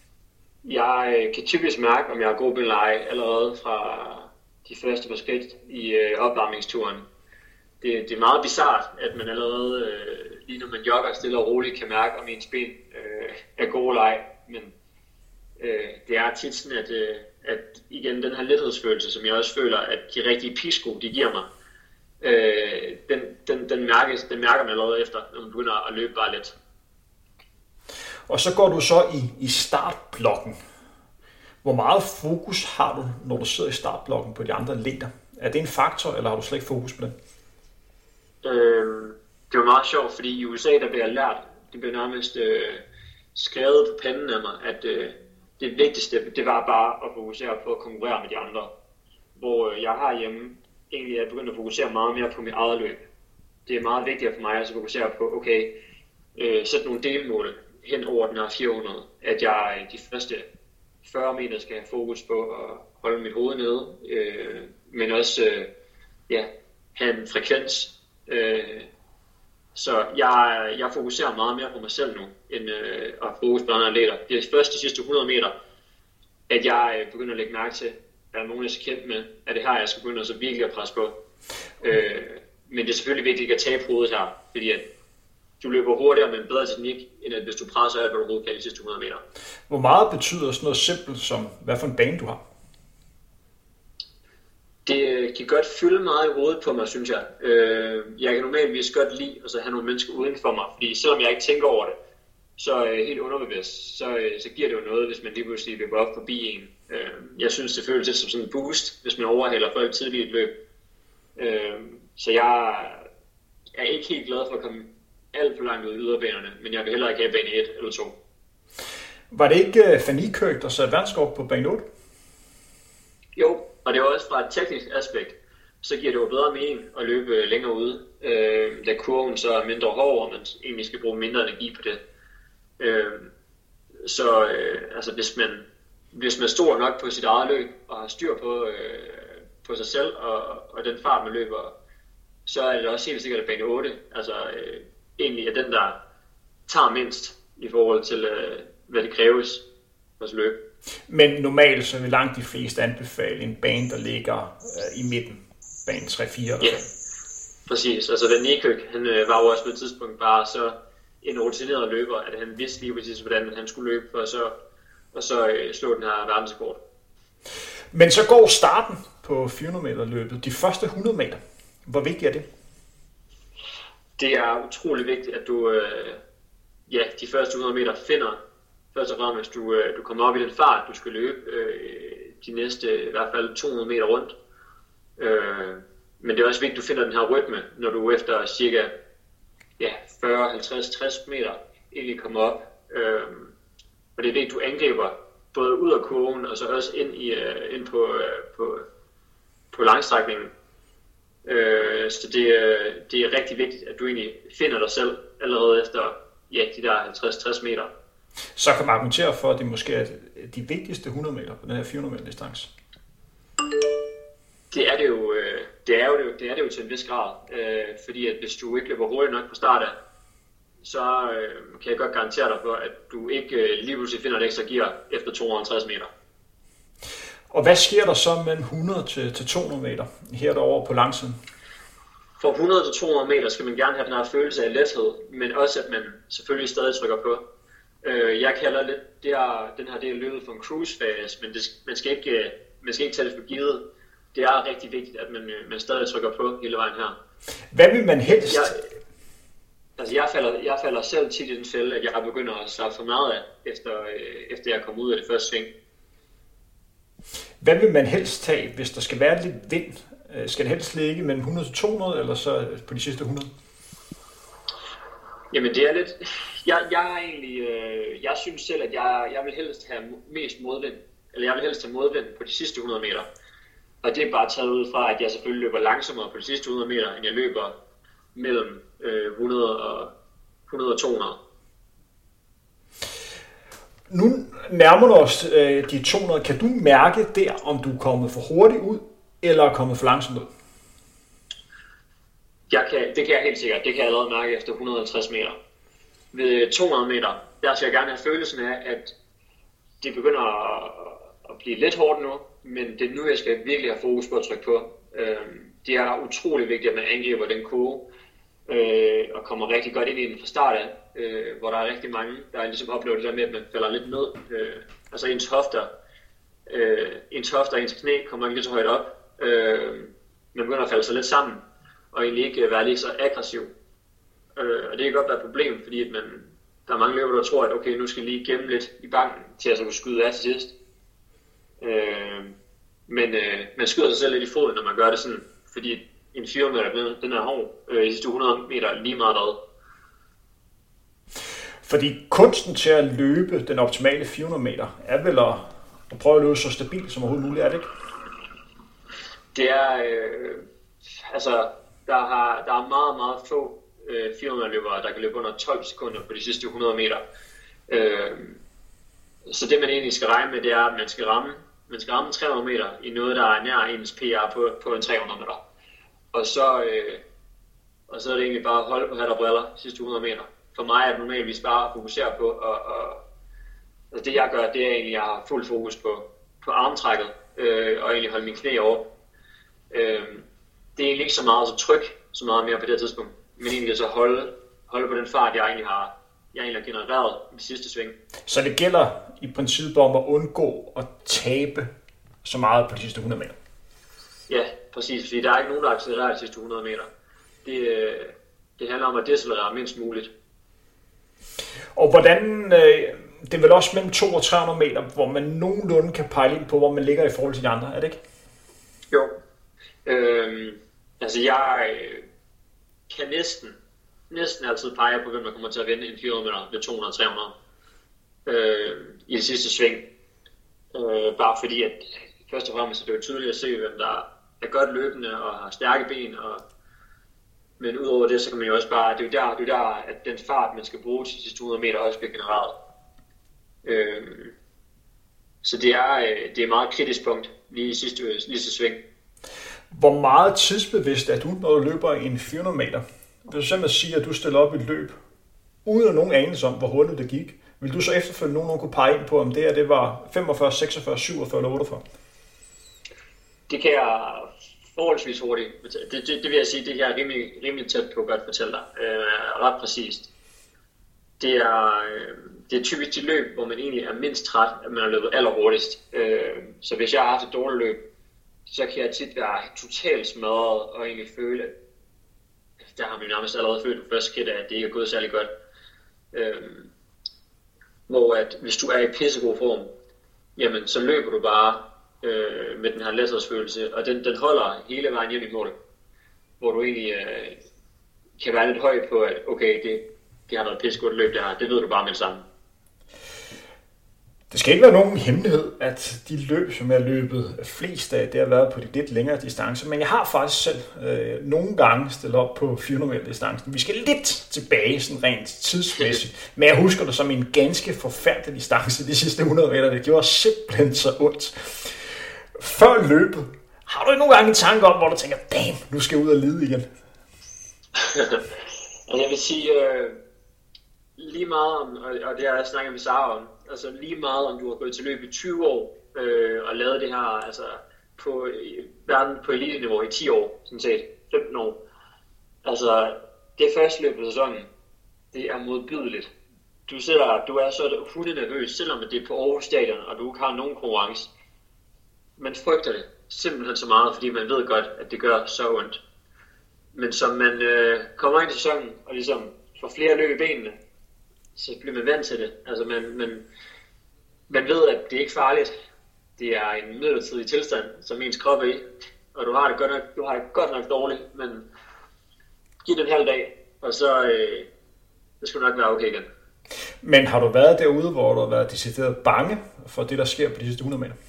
Jeg kan typisk mærke, om jeg er god på en leje allerede fra de første par skridt i øh, opvarmningsturen. Det, det er meget bizart, at man allerede, øh, lige når man jogger stille og roligt, kan mærke, om ens ben øh, er gode leje. Men øh, det er tit sådan, at, øh, at igen den her lethedsfølelse, som jeg også føler, at de rigtige p-sko, de giver mig, øh, den, den, den, mærkes, den mærker man allerede efter, når man begynder at løbe bare lidt. Og så går du så i, i startblokken. Hvor meget fokus har du, når du sidder i startblokken på de andre atleter? Er det en faktor, eller har du slet ikke fokus på det? Øh, det var meget sjovt, fordi i U S A, der bliver lært, det blev nærmest øh, skrevet på panden af mig, at øh, det vigtigste, det var bare at fokusere på at konkurrere med de andre. Hvor øh, jeg herhjemme egentlig er begyndt at fokusere meget mere på mit eget løb. Det er meget vigtigt for mig at fokusere på, okay, øh, sætte nogle delmål hen over den her fire hundrede, at jeg de første fyrre meter skal have fokus på at holde mit hoved nede, øh, men også øh, ja, have en frekvens. Øh, så jeg, jeg fokuserer meget mere på mig selv nu, end øh, at fokus på andre atleter. Det er først de sidste hundrede meter, at jeg øh, begynder at lægge mærke til, er der nogen, jeg skal kæmpe med, er det her, jeg skal begynde at så virkelig at presse på. Øh, men det er selvfølgelig vigtigt ikke at tabe hovedet her, fordi at du løber hurtigere med en bedre teknik, end at hvis du presser alt, hvad du overhovedet kan de sidste hundrede meter. Hvor meget betyder sådan noget simpelt som, hvad for en bane du har? Det kan godt fylde meget i hovedet på mig, synes jeg. Jeg kan normalvis godt lide at have nogle mennesker uden for mig, fordi selvom jeg ikke tænker over det, så helt underbevidst, så, så giver det jo noget, hvis man lige pludselig løber op forbi en. Jeg synes, det føles lidt som sådan en boost, hvis man overhaler folk tidligt i et løb. Så jeg er ikke helt glad for at komme alt for langt ud i yderbanerne, men jeg vil heller ikke have bane et eller to. Var det ikke Van Niekerk, der satte verdensrekord på bane otte? Jo, og det var også fra et teknisk aspekt, så giver det jo bedre mening at løbe længere ude, øh, da kurven så er mindre hård, og man egentlig skal bruge mindre energi på det. Øh, så øh, altså hvis man, hvis man er stor nok på sit eget løb, og har styr på, øh, på sig selv, og, og den fart man løber, så er det også helt sikkert, at bane otte altså, øh, egentlig er den, der tager mindst i forhold til, øh, hvad det kræves for at løbe. Men normalt så vil langt de fleste anbefale en bane, der ligger øh, i midten. Bane tre fire. Ja, præcis. Altså Van Niekerk, han øh, var jo også på et tidspunkt bare så en rutineret løber, at han vidste lige præcis, hvordan han skulle løbe, for så, og så øh, slå den her verdensrekord. Men så går starten på fire hundrede meter løbet. De første hundrede meter. Hvor vigtigt er det? Det er utrolig vigtigt, at du øh, ja, de første hundrede meter finder først og fremmest, du, øh, du kommer op i den fart, du skal løbe øh, de næste i hvert fald to hundrede meter rundt. Øh, men det er også vigtigt, at du finder den her rytme, når du efter cirka ja, fyrre, halvtreds, tres meter egentlig kommer op. Øh, og det er vigtigt, at du angriber både ud af kurven og så også ind, i, uh, ind på, uh, på, på langstrækningen. Uh, så det, uh, det er rigtig vigtigt, at du egentlig finder dig selv allerede efter ja, de der halvtreds til tres meter. Så kan man argumentere for, at det måske er de vigtigste hundrede meter på den her fire hundrede meter distance. Det er det jo, det er jo, det er det jo til en vis grad, øh, fordi at hvis du ikke løber hurtigt nok på start af, så øh, kan jeg godt garantere dig for, at du ikke øh, lige pludselig finder et ekstra gear efter to hundrede og halvtreds meter. Og hvad sker der så mellem hundrede til to hundrede meter her derovre på langsiden? For hundrede til to hundrede meter skal man gerne have den her følelse af lethed, men også at man selvfølgelig stadig trykker på. Øh, jeg kalder lidt det her, den her del af løbet for en cruise phase, men det, man, skal ikke, man skal ikke tage det for givet. Det er rigtig vigtigt, at man, man stadig trykker på hele vejen her. Hvad vil man helst? Jeg, altså jeg falder, jeg falder selv tit i den fælde, at jeg begynder at slappe for meget af, efter, efter jeg kommer ud af det første sving. Hvad vil man helst tage, hvis der skal være lidt vind? Skal det helst ligge mellem hundrede til to hundrede, eller så på de sidste hundrede? Jamen det er lidt... Jeg, jeg er egentlig... Øh, jeg synes selv, at jeg, jeg vil helst have mest modvind. Eller jeg vil helst have modvind på de sidste hundrede meter. Og det er bare taget ud fra, at jeg selvfølgelig løber langsommere på de sidste hundrede meter, end jeg løber mellem øh, hundrede og to hundrede. Nu nærmer du os øh, de to hundrede. Kan du mærke der, om du er kommet for hurtigt ud, eller er kommet for langsomt ud? Jeg kan, det kan jeg helt sikkert. Det kan jeg allerede mærke efter et hundrede og halvtreds meter. Ved to hundrede meter, der skal jeg gerne have følelsen af, at det begynder at, at blive lidt hårdt nu, men det er nu, jeg skal virkelig have fokus på at trykke på. Det er utrolig vigtigt, at man angriber den kurve og kommer rigtig godt ind i den fra start af, hvor der er rigtig mange, der ligesom oplever det der med, at man falder lidt ned. Altså ens hofter, ens hofter og ens knæ kommer ikke lidt så højt op. Man begynder at falde sig lidt sammen, og egentlig ikke være lige så aggressiv. Og det kan godt være et problem, fordi at man, der er mange løbere, der tror, at okay, nu skal jeg lige gemme lidt i banken, til at så kunne skyde af til sidst. Men man skyder sig selv lidt i foden, når man gør det sådan, fordi en fire hundrede meter, den er hård, øh, de sidste hundrede meter lige meget hvad. Fordi kunsten til at løbe den optimale fire hundrede meter, er vel at, at prøve at løbe så stabilt som overhovedet muligt, er det ikke? Det er, øh, altså, der, har, der er meget, meget få øh, fire hundrede løbere, der kan løbe under tolv sekunder på de sidste hundrede meter. Øh, så det man egentlig skal regne med, det er, at man skal ramme, man skal ramme tre hundrede meter i noget, der er nær ens P R på, på en tre hundrede meter. Og så, øh, og så er det egentlig bare at holde på hat og briller de sidste hundrede meter. For mig er det normalvis bare at fokusere på, og, og altså det jeg gør, det er egentlig, at jeg har fuld fokus på, på armtrækket, øh, og egentlig holde mine knæ over. Øh, det er egentlig ikke så meget så tryk, så meget mere på det tidspunkt, men egentlig så holde, holde på den fart, jeg egentlig har, jeg egentlig har genereret i det sidste sving. Så det gælder i princippet om at undgå at tabe så meget på de sidste hundrede meter? Ja, præcis, fordi der er ikke nogen, der accelererer de sidste hundrede meter. Det, det handler om at decelerere mindst muligt. Og hvordan, øh, det er vel også mellem to og tre hundrede meter, hvor man nogenlunde kan pejle ind på, hvor man ligger i forhold til de andre, er det ikke? Jo. Øhm, altså jeg øh, kan næsten, næsten altid pege på, hvem der kommer til at vinde en fire hundrede meter ved to hundrede til tre hundrede øh, i det sidste sving. Øh, bare fordi, at først og fremmest er det jo tydeligt at se, hvem der er godt løbende og har stærke ben. Og, men udover det, så kan man jo også bare, det er jo der, det er der at den fart, man skal bruge til de sidste hundrede meter, også bliver genereret. Øh, så det er, det er et meget kritisk punkt lige i sidste, sidste sving. Hvor meget tidsbevidst er du, når du løber en fire hundrede meter? Hvis du simpelthen siger, at du stiller op i et løb, uden at nogen anelse om, hvor hurtigt det gik, vil du så efterfølgende nogen kunne pege ind på, om det her det var femogfyrre, seksogfyrre, syvogfyrre eller otteogfyrre? Det kan jeg forholdsvis hurtigt. Det, det, det vil jeg sige, det her er rimelig, rimelig tæt på at godt fortælle dig. Øh, ret præcist. Det er, øh, det er typisk de løb, hvor man egentlig er mindst træt, at man har løbet allerhurtigst. Øh, så hvis jeg har haft et dårligt løb, så kan jeg tit være totalt smadret og egentlig føle, at der har man nærmest allerede følt på første skridt, at det ikke er gået særlig godt. Øh, hvor at hvis du er i pissegod form, jamen så løber du bare øh, med den her letthedsfølelse, og den, den holder hele vejen hjem i mål, hvor du egentlig øh, kan være lidt høj på, at okay, det, det har været et pissegodt løb det her, det ved du bare med det samme. Det skal ikke være nogen hemmelighed, at de løb, som jeg har løbet flest af, det har været på de lidt længere distancer. Men jeg har faktisk selv øh, nogle gange stillet op på fire hundrede meter distancen. Vi skal lidt tilbage, sådan rent tidsmæssigt. Men jeg husker det som en ganske forfærdelig distance de sidste hundrede meter. Det gjorde simpelthen så ondt. Før løbet, har du nogle gange en tanke om, hvor du tænker, damn, nu skal jeg ud og lide igen? Jeg vil sige, øh, lige meget om, og det har jeg snakket med Sara om, altså lige meget om du har gået til løb i tyve år øh, og lavet det her altså på verden på elite-niveau i ti år, sådan set femten år. Altså det første løb af sæsonen, det er modbydeligt. Du sidder, du er så hundenervøs, selvom det er på Aarhus Stadion, og du ikke har nogen konkurrence. Man frygter det simpelthen så meget, fordi man ved godt, at det gør så ondt. Men som man øh, kommer ind i sæsonen og ligesom får flere løb i benene, så bliver man vant til det. Altså man, man, man ved, at det er ikke farligt. Det er en midlertidig tilstand, som ens krop er i. Og du har det godt nok, du har det godt nok dårligt, men giv det en halv dag, og så øh, det skal nok være okay igen. Men har du været derude, hvor du har været decideret bange for det, der sker på de sidste hundrede meter?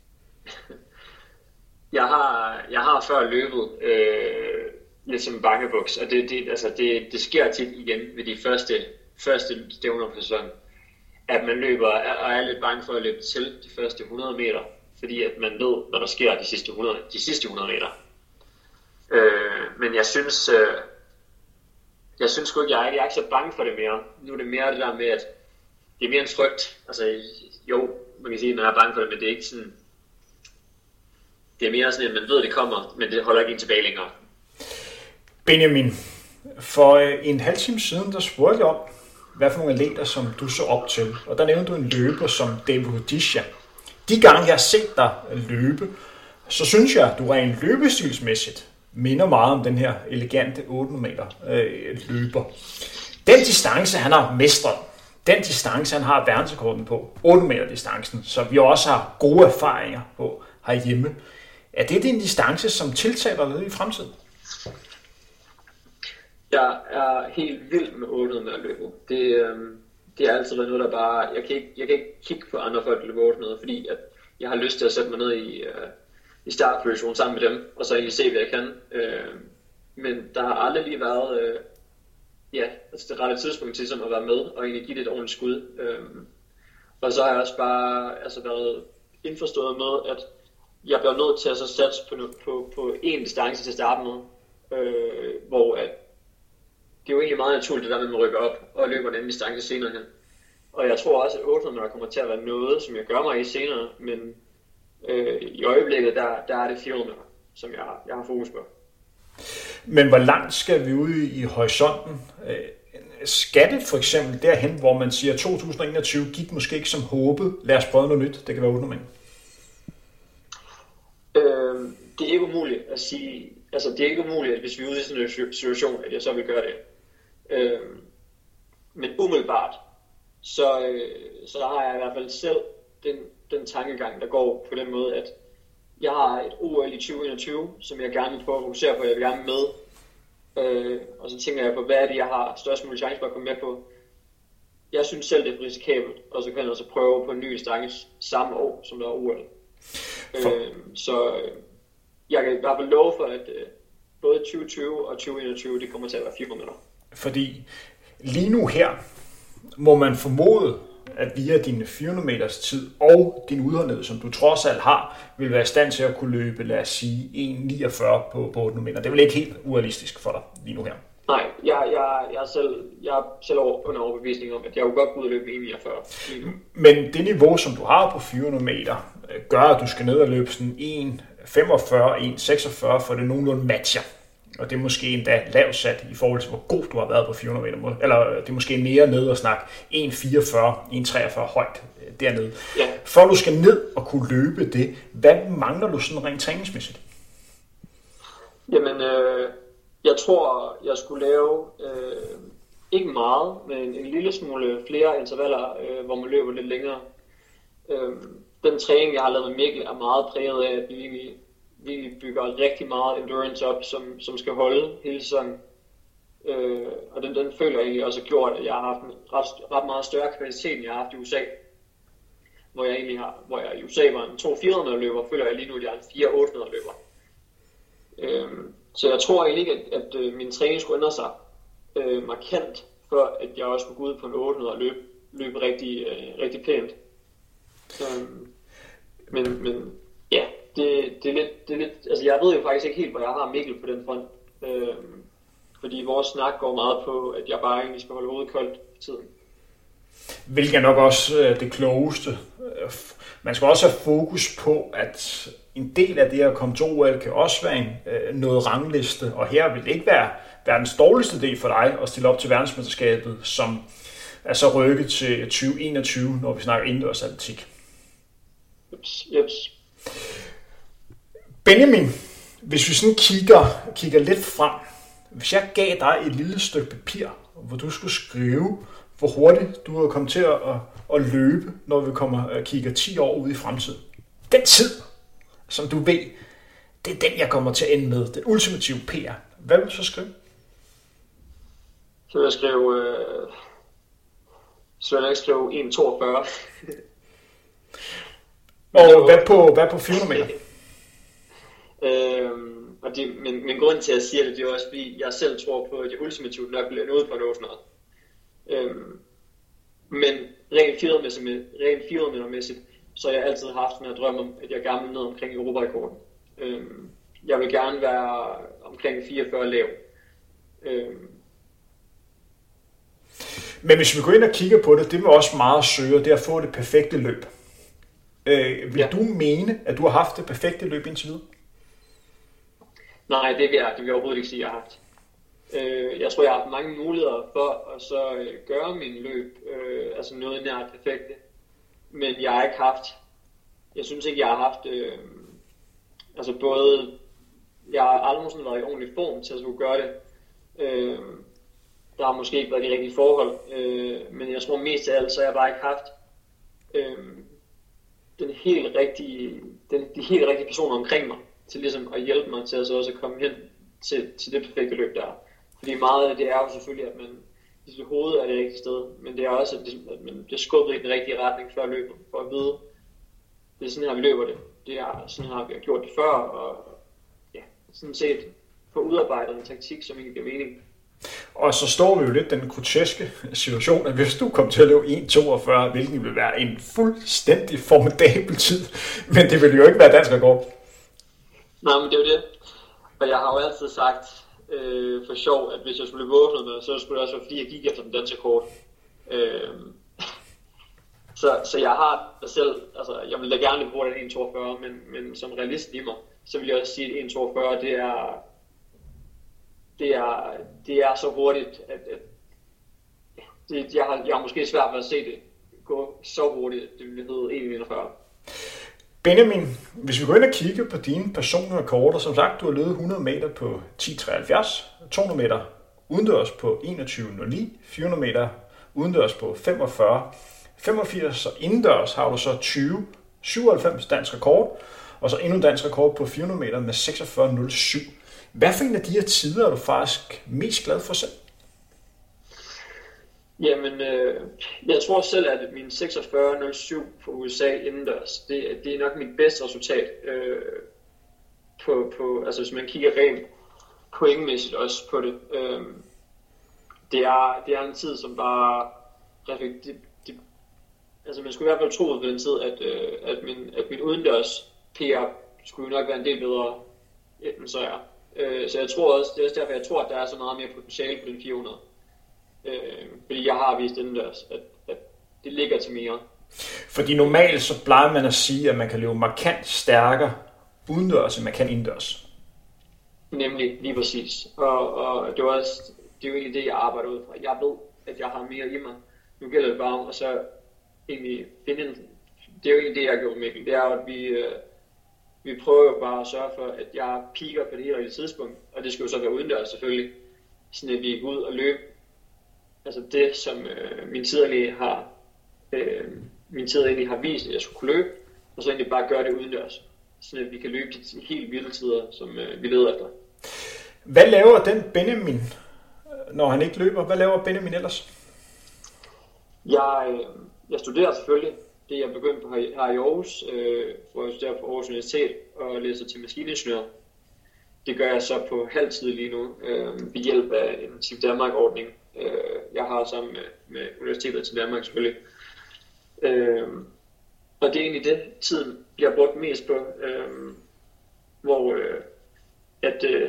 Jeg har, jeg har før løbet øh, lidt som bangebuks, og det, det, altså det, det sker tit igen ved de første, første stævner på sæsonen, at man løber og er lidt bange for at løbe til de første hundrede meter, fordi at man ved, hvad der sker de sidste hundrede, de sidste hundrede meter. Øh, men jeg synes, øh, jeg synes sgu ikke, jeg er, jeg er ikke så bange for det mere. Nu er det mere det der med, at det er mere en frygt. Altså jo, man kan sige, at man er bange for det, men det er ikke sådan. Det er mere sådan, at man ved, at det kommer, men det holder ikke en tilbage længere. Benjamin, for en halv time siden, der spurgte jeg om, hvad for nogle atleter, som du så op til. Og der nævnte du en løber som David Rudisha. De gange, jeg har set dig løbe, så synes jeg, at du rent løbestilsmæssigt minder meget om den her elegante otte hundrede meter øh, løber. Den distance, han har mestret, den distance, han har verdensrekorden på, otte meter distancen, så vi også har gode erfaringer på herhjemme. Er det en distance, som tiltaler lidt i fremtiden? Jeg er helt vild med otte hundrede meter løb. Det, øh, det er altid været noget, der bare. Jeg kan ikke, jeg kan ikke kigge på andre folk, der løber otte hundrede, fordi at jeg har lyst til at sætte mig ned i, øh, i startposition sammen med dem, og så egentlig se, hvad jeg kan. Øh, men der har aldrig lige været øh, ja, altså det rette tidspunkt til som at være med og egentlig give det et ordentligt skud. Øh, og så har jeg også bare altså været indforstået med, at jeg bliver nødt til at så satse på, på, på en distance til at starte med, øh, hvor at det er jo egentlig meget naturligt, det der med, at man rykker op og løber en anden distance senere hen. Og jeg tror også, at otte hundrede meter kommer til at være noget, som jeg gør mig i senere, men øh, i øjeblikket, der, der er det fire hundrede meter, som jeg, jeg har fokus på. Men hvor langt skal vi ud i horisonten? Skal det for eksempel derhen, hvor man siger, at to tusind og enogtyve gik måske ikke som håbet, lad os prøve noget nyt, det kan være otte hundrede meter? Øh, det er ikke umuligt at sige, altså det er ikke umuligt, at hvis vi er ude i sådan en situation, at jeg så vil gøre det. Øh, men umiddelbart, så, øh, så har jeg i hvert fald selv den, den tankegang, der går på den måde, at jeg har et O L i tyve enogtyve, som jeg gerne vil prøve at fokusere på, jeg vil gerne med. Øh, og så tænker jeg på, hvad er det, jeg har størst mulig chance for at komme med på. Jeg synes selv, det er for risikabelt, og så kan jeg også prøve på en ny distance samme år, som der er O L. For... Øh, så øh, jeg kan i hvert fald love for, at øh, både tyve tyve og tyve enogtyve, det kommer til at være fire hundrede meter. Fordi lige nu her må man formode, at via din fire hundrede meters tid og din udholdenhed, som du trods alt har, vil være i stand til at kunne løbe, lad os sige, en niogfyrre på, på otte hundrede meter. Det er vel ikke helt urealistisk for dig lige nu her? Nej, jeg, jeg, jeg, er, selv, jeg er selv under overbevisning om, at jeg jo godt kunne løbe en niogfyrre lige nu. Men det niveau, som du har på fire hundrede meter, gør, at du skal ned og løbe sådan en femogfyrre, en seksogfyrre, for det nogenlunde matcher. Og det er måske endda lavt sat i forhold til, hvor god du har været på fire hundrede meter. Eller det er måske mere nede og snakke en fireogfyrre, en treogfyrre højt dernede. Ja. For du skal ned og kunne løbe det, hvad mangler du sådan rent træningsmæssigt? Jamen, øh, jeg tror, jeg skulle lave øh, ikke meget, men en lille smule flere intervaller, øh, hvor man løber lidt længere. Øh, den træning, jeg har lavet med Mikkel, er meget præget af, at vi Vi bygger rigtig meget endurance op, som, som skal holde hele sæsonen. Øh, og den, den føler jeg egentlig også har gjort, at jeg har haft en ret, ret meget større kapacitet, end jeg har haft i U S A. hvor jeg egentlig har, hvor jeg i U S A var en to fire hundrede løber, føler jeg lige nu, at jeg er en fire otte hundrede løber. Øhm, så jeg tror egentlig ikke, at, at, at min træning skulle ændre sig øh, markant, for at jeg også skulle gå ud på en otte hundrede og løbe, løbe rigtig, øh, rigtig pænt. Øhm, men, men ja, det, det, er lidt, det er lidt, altså jeg ved jo faktisk ikke helt, hvor jeg har Mikkel på den front. Øhm, fordi vores snak går meget på, at jeg bare egentlig skal holde hovedet koldt for tiden. Hvilket er nok også øh, det klogeste. Man skal også have fokus på, at en del af det at komme til O L kan også være en, øh, noget rangliste, og her vil det ikke være verdens dårligste del for dig at stille op til verdensmesterskabet, som er så rykket til tyve enogtyve, når vi snakker indendørs atletik. Jeps, jeps. Benjamin, hvis vi sådan kigger, kigger lidt frem, hvis jeg gav dig et lille stykke papir, hvor du skulle skrive, hvor hurtigt du er kommet til at, at løbe, når vi kommer og kigger ti år ud i fremtiden. Den tid, som du ved, det er den, jeg kommer til at ende med. Den ultimative P R. Hvad vil du så skrive? Så vil jeg skrive... Øh... Så vil jeg ikke skrive en toogfyrre. Og hvad på, hvad på fire hundrede meter? øhm, og det, men, men grunden til, at jeg siger det, det er også, fordi jeg selv tror på, at jeg ultimativt nok bliver nået på en otte hundrede. Øhm, men rent fire hundrede meter-mæssigt, så har jeg altid haft med at drømme om, at jeg gerne vil ned omkring Europarekorden. Øhm, jeg vil gerne være omkring fireogfyrre lav. Øhm, Men hvis vi går ind og kigger på det, det vil også meget søge, det er at få det perfekte løb. Øh, vil ja. du mene, at du har haft det perfekte løb indtil videre? Nej, det vil jeg, det vil jeg overhovedet ikke sige, at jeg har haft. Øh, jeg tror, jeg har haft mange muligheder for at så øh, gøre min løb, øh, altså noget nær perfekte. Men jeg har ikke haft, jeg synes ikke, jeg har haft, øh, altså både, jeg har aldrig nogensinde været i ordentlig form til at skulle gøre det. Øh, der har måske ikke været de rigtige forhold, øh, men jeg tror mest af alt, så har jeg bare ikke haft øh, den helt rigtige, den, de helt rigtige personer omkring mig, til ligesom at hjælpe mig til at så også komme hen til, til det perfekte løb der. Fordi meget af det er jo selvfølgelig, at man i sit hoved er det rigtige sted, men det er også, at man bliver skubbet i den rigtige retning før løbet, for at vide, det er sådan her, vi løber det. Det er sådan her, vi har gjort det før, og ja, sådan set få udarbejdet en taktik, som ikke giver mening. Og så står vi jo lidt den groteske situation, at hvis du kom til at løbe en toogfyrre, hvilken vil være en fuldstændig formidabel tid, men det vil jo ikke være dansk rekord. Nej, men det er jo det. Og jeg har jo altid sagt øh, for sjov, at hvis jeg skulle løbe otte hundrede, så skulle det også være, fordi jeg gik efter den danske rekord. Øh, så, så jeg har selv, altså jeg vil da gerne løbe hurtigt en toogfyrre, men, men som realist i mig, så vil jeg også sige, at en toogfyrre, det er... Det er, det er så hurtigt, at, at det, jeg, har, jeg har måske svært ved at se det gå så hurtigt, at det ville hedde en enogfyrre. Benjamin, hvis vi går ind og kigger på dine personlige rekorder, som sagt, du har løbet hundrede meter på ti treoghalvfjerds, to hundrede meter udendørs på enogtyve nul ni, fire hundrede meter udendørs på femogfyrre femogfirs, og indendørs har du så tyve syvoghalvfems dansk rekord, og så endnu en dansk rekord på fire hundrede meter med seksogfyrre nul syv. Hvad for en af de her tider er du faktisk mest glad for selv? Jamen, øh, jeg tror selv, at min seksogfyrre nul syv for U S A indendørs, det, det er nok mit bedste resultat. Øh, på, på, altså hvis man kigger rent pointmæssigt også på det. Øh, det, er, det er en tid, som bare... Det, det, altså man skulle i hvert fald tro på den tid, at, øh, at, min, at min udendørs P R skulle nok være en del bedre, end så er. Så jeg tror også, det er også derfor, jeg tror, at der er så meget mere potentiale på den fire hundrede. Øh, fordi jeg har vist indendørs, at, at det ligger til mere. Fordi normalt så plejer man at sige, at man kan løbe markant stærkere udendørs, end man kan indendørs. Nemlig, lige præcis. Og, og det, er også, det er jo egentlig det, jeg arbejder ud fra. Jeg ved, at jeg har mere i mig. Nu gælder det bare om at så egentlig finde en... Det er jo egentlig det, jeg gjorde, Mikkel. Det er at vi... Vi prøver jo bare at sørge for, at jeg piker på det helt rigtige tidspunkt, og det skal jo så være udendørs selvfølgelig, sådan at vi går ud og løbe. Altså det, som øh, min tid egentlig har, øh, min tid egentlig har vist, at jeg skulle kunne løbe, og så egentlig bare gøre det udendørs, sådan at vi kan løbe de helt vilde tider, som øh, vi leder efter. Hvad laver den Benjamin, når han ikke løber? Hvad laver Benjamin ellers? Jeg, øh, jeg studerer selvfølgelig, det er jeg begyndt på her i Aarhus, øh, hvor jeg studerer på Aarhus Universitet og læser til maskiningeniør. Det gør jeg så på halvtid lige nu, øh, ved hjælp af en Team Danmark-ordning, øh, jeg har sammen med, med Universitetet til Danmark selvfølgelig. Øh, og det er egentlig det, tiden bliver brugt mest på, øh, hvor øh, at, øh,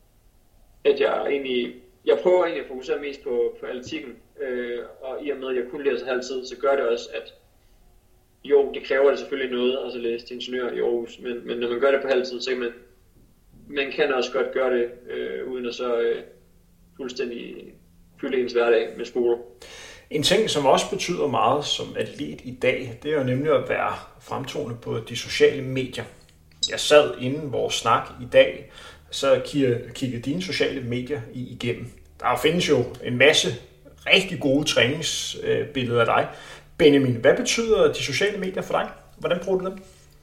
at jeg egentlig, jeg prøver egentlig at fokusere mest på, på atletikken, øh, og i og med at jeg kun læser halvtid, så gør det også, at jo, det kræver det selvfølgelig noget, altså at læse til ingeniør i Aarhus, men, men når man gør det på halvtid, så kan man, man kan også godt gøre det, øh, uden at så øh, fuldstændig fylde ens hverdag med skole. En ting, som også betyder meget som atlet i dag, det er jo nemlig at være fremtonet på de sociale medier. Jeg sad inden vores snak i dag, så kiggede dine sociale medier igennem. Der findes jo en masse rigtig gode træningsbilleder af dig. Benjamin, hvad betyder de sociale medier for dig? Hvordan bruger du dem?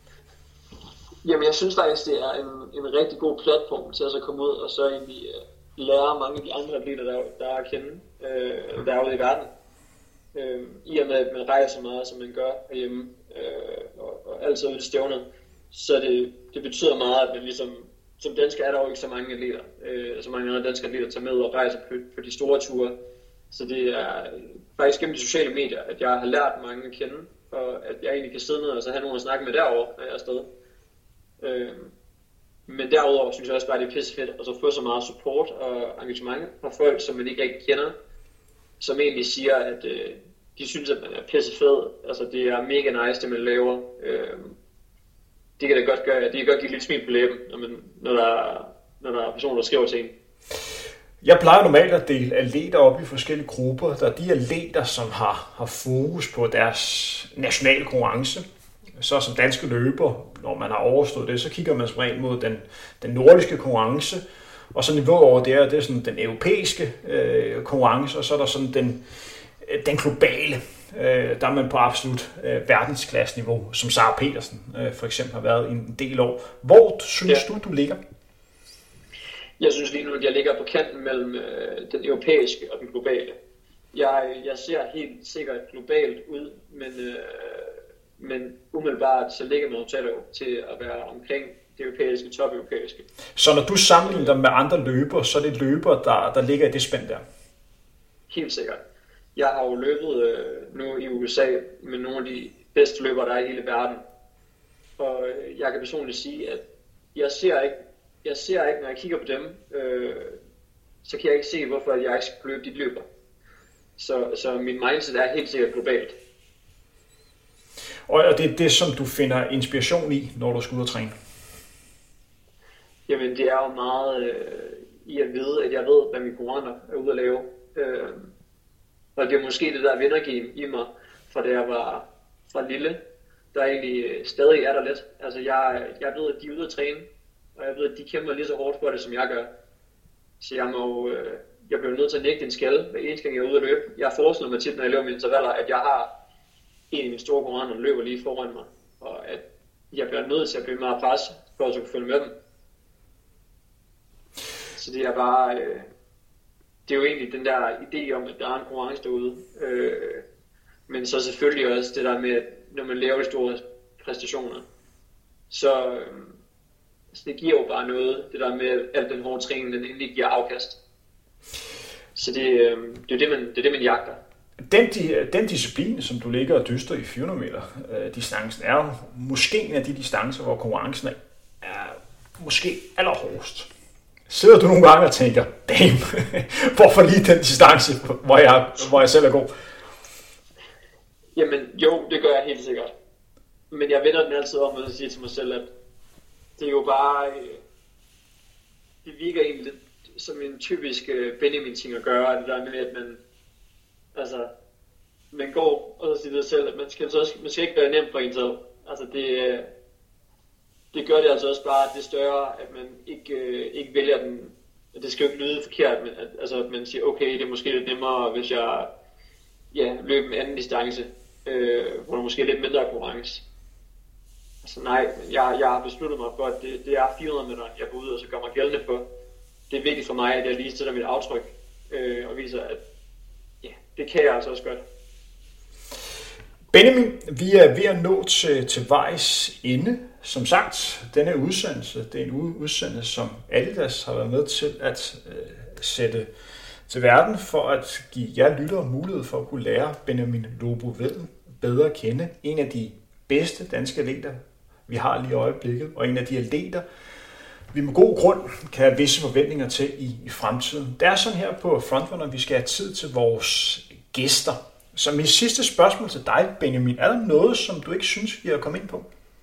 Jamen, jeg synes faktisk, det er en, en rigtig god platform til at så komme ud og så egentlig uh, lære mange af de andre atleter, der, der er at kende, uh, der er ude i verden. Uh, I og med, at man rejser så meget, som man gør herhjemme, uh, og, og altid ude i stævnet, så det, det betyder meget, at man ligesom, som dansker er der jo ikke så mange atleter, uh, så mange andre danske atleter tager med og rejser på, på de store ture. Så det er faktisk gennem de sociale medier, at jeg har lært mange at kende, og at jeg egentlig kan sidde ned og så have nogen at snakke med derovre, når jeg er afsted. Øh, men derudover synes jeg også bare, det er pissefedt at så få så meget support og engagement fra folk, som man ikke rigtig kender, som egentlig siger, at øh, de synes, at man er pissefed. Altså det er mega nice, det man laver. Øh, det kan da godt gøre, det kan godt give lidt smil på læben, når, man, når, der, når der er personer, der skriver til en. Jeg plejer normalt at dele atleter op i forskellige grupper. Der er de atleter, som har, har fokus på deres nationale konkurrence. Så som danske løber, når man har overstået det, så kigger man som regel mod den, den nordiske konkurrence. Og så niveauet over det er, det er sådan den europæiske øh, konkurrence, og så er der sådan den, den globale. Øh, der er man på absolut øh, verdensklasseniveau, som Sara Petersen øh, for eksempel har været i en del år. Hvor synes ja. du, du ligger? Jeg synes lige nu, at jeg ligger på kanten mellem øh, den europæiske og den globale. Jeg, jeg ser helt sikkert globalt ud, men, øh, men umiddelbart så ligger man jo til at være omkring det europæiske, top-europæiske. Så når du sammenligner dig med andre løbere, så er det løbere, der, der ligger i det spænd der? Helt sikkert. Jeg har jo løbet øh, nu i U S A med nogle af de bedste løbere, der er i hele verden. Og øh, jeg kan personligt sige, at jeg ser ikke, Jeg ser ikke, når jeg kigger på dem, øh, så kan jeg ikke se, hvorfor jeg ikke skal løbe de løber. Så, så min mindset er helt sikkert globalt. Og det er det, som du finder inspiration i, når du skal ud og træne? Jamen, det er jo meget øh, i at vide, at jeg ved, hvad mine konkurrenter er ude at lave. Øh, og det er måske det der vindergame i mig, fra da jeg var fra lille, der egentlig stadig er der lidt. Altså, jeg, jeg ved, at de er ude at træne. Og jeg ved, at de kæmper lige så hårdt for det, som jeg gør. Så jeg må, øh, jeg bliver nødt til at nægte en skal, hver eneste gang jeg er ude at løbe. Jeg forestiller mig tit, når jeg løber mine intervaller, at jeg har en af mine store konkurrenter, der løber lige foran mig. Og at jeg bliver nødt til at blive meget pres, for at jeg kan følge med dem. Så det er bare, øh, det er jo egentlig den der idé om, at der er en konkurrence derude. Øh, men så selvfølgelig også det der med, at når man laver de store præstationer, så... Øh, Så det giver jo bare noget, det der med, at al den hårde træning, den endelig giver afkast. Så det, øh, det er det, man, det er det, man jagter. Den, den disciplin, som du ligger og dyster i fire hundrede meter øh, distancen, er jo måske en af de distancer, hvor konkurrencen er måske allerhårdest. Sidder du nogle gange og tænker, damn, hvorfor lige den distance, hvor jeg, hvor jeg selv er god? Jamen jo, det gør jeg helt sikkert. Men jeg vender den altid om og siger til mig selv, at det er jo bare, det virker egentlig lidt som en typisk Benjamin-ting at gøre, det der med, at man, altså, man går og så siger det selv, at man skal, så også, man skal ikke være nem for en selv. Altså det, det gør det altså også bare det større, at man ikke, ikke vælger den, det skal jo ikke lyde forkert, men at, altså, at man siger, okay, det er måske lidt nemmere, hvis jeg ja, løber en anden distance, øh, hvor der måske er lidt mindre konkurrence. Altså nej, jeg, jeg har besluttet mig for, at det, det er fire hundrede meter, jeg går ud og så gør mig gældende på. Det er vigtigt for mig, at jeg lige sætter mit aftryk øh, og viser, at ja, det kan jeg altså også godt. Benjamin, vi er ved at nå til, til vejs ende. Som sagt, denne udsendelse, det er en udsendelse, som Adidas har været med til at øh, sætte til verden, for at give jer lyttere mulighed for at kunne lære Benjamin Lobo Wedel bedre at kende. En af de bedste danske atleter, vi har lige i øjeblikket, og en af de atleter, vi med god grund kan have visse forventninger til i, i fremtiden. Det er sådan her på Frontrunner, vi skal have tid til vores gæster. Så mit sidste spørgsmål til dig, Benjamin, er der noget, som du ikke synes, vi har kommet ind på?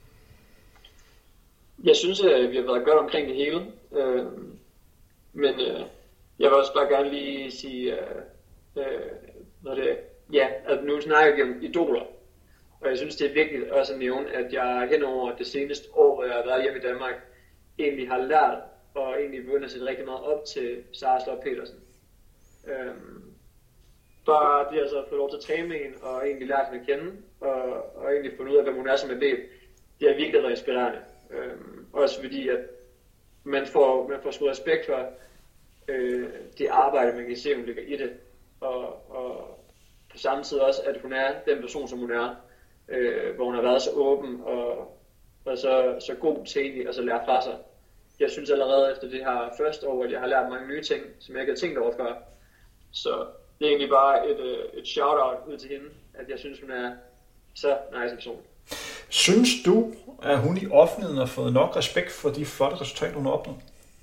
Jeg synes, at vi har været godt omkring det hele, øh, men øh, jeg vil også bare gerne lige sige, øh, øh, når det, ja, at nu snakker vi om idoler, og jeg synes, det er vigtigt også at nævne, at jeg hen over det seneste år, hvor jeg har været hjemme i Danmark, egentlig har lært og egentlig begyndt at sætte rigtig meget op til Sara Slot Petersen. Øh, bare det altså at få lov til at træne med hende, og egentlig lært hende at kende, og, og egentlig fundet ud af, hvem hun er som atlet, det har virkelig været inspirerende. Øhm, også fordi, at man får, man får stor respekt for øh, det arbejde, man kan se, hun ligger i det. Og, og på samme tid også, at hun er den person, som hun er, øh, hvor hun har været så åben og, og så, så god til egentlig, og så lære fra sig. Jeg synes allerede efter det her første år, at jeg har lært mange nye ting, som jeg ikke havde tænkt over før. Så det er egentlig bare et, et shout-out ud til hende, at jeg synes, hun er så nice person. Synes du, at hun i offentligheden har fået nok respekt for de flotte resultater, hun har opnået?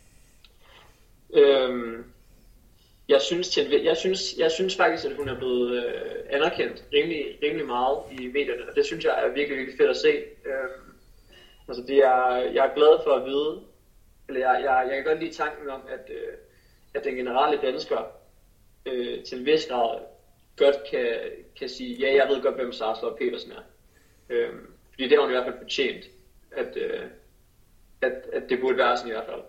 Øhm, jeg, synes til, jeg, synes, jeg synes faktisk, at hun er blevet øh, anerkendt rimelig, rimelig meget i medierne, og det synes jeg er virkelig, virkelig fedt at se. Øhm, altså det er, jeg er glad for at vide, eller jeg, jeg, jeg kan godt lide tanken om, at, øh, at den generelle dansker øh, til en vis grad godt kan, kan sige, ja, jeg ved godt, hvem Sara Slot Petersen er. Øhm, fordi det har hun i hvert fald fortjent, at, øh, at, at det burde være sådan i hvert fald.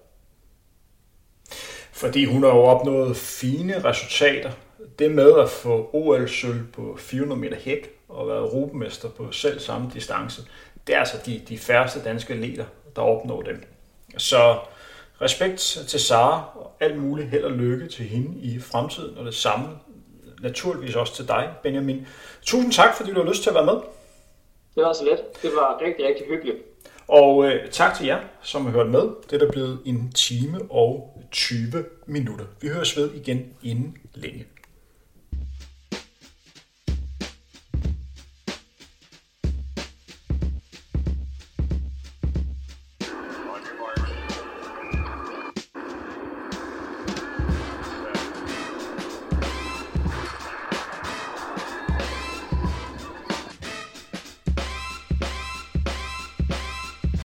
Fordi hun har jo opnået fine resultater. Det med at få O L-sølv på fire hundrede meter hæk og være europamester på selv samme distance, det er altså de, de færreste danske atleter, der opnår dem. Så respekt til Sara og alt muligt held og lykke til hende i fremtiden, og det samme naturligvis også til dig, Benjamin. Tusind tak, fordi du har lyst til at være med. Det var så let. Det var rigtig, rigtig hyggeligt. Og øh, tak til jer, som har hørt med. Det er der blevet en time og tyve minutter. Vi høres ved igen inden længe.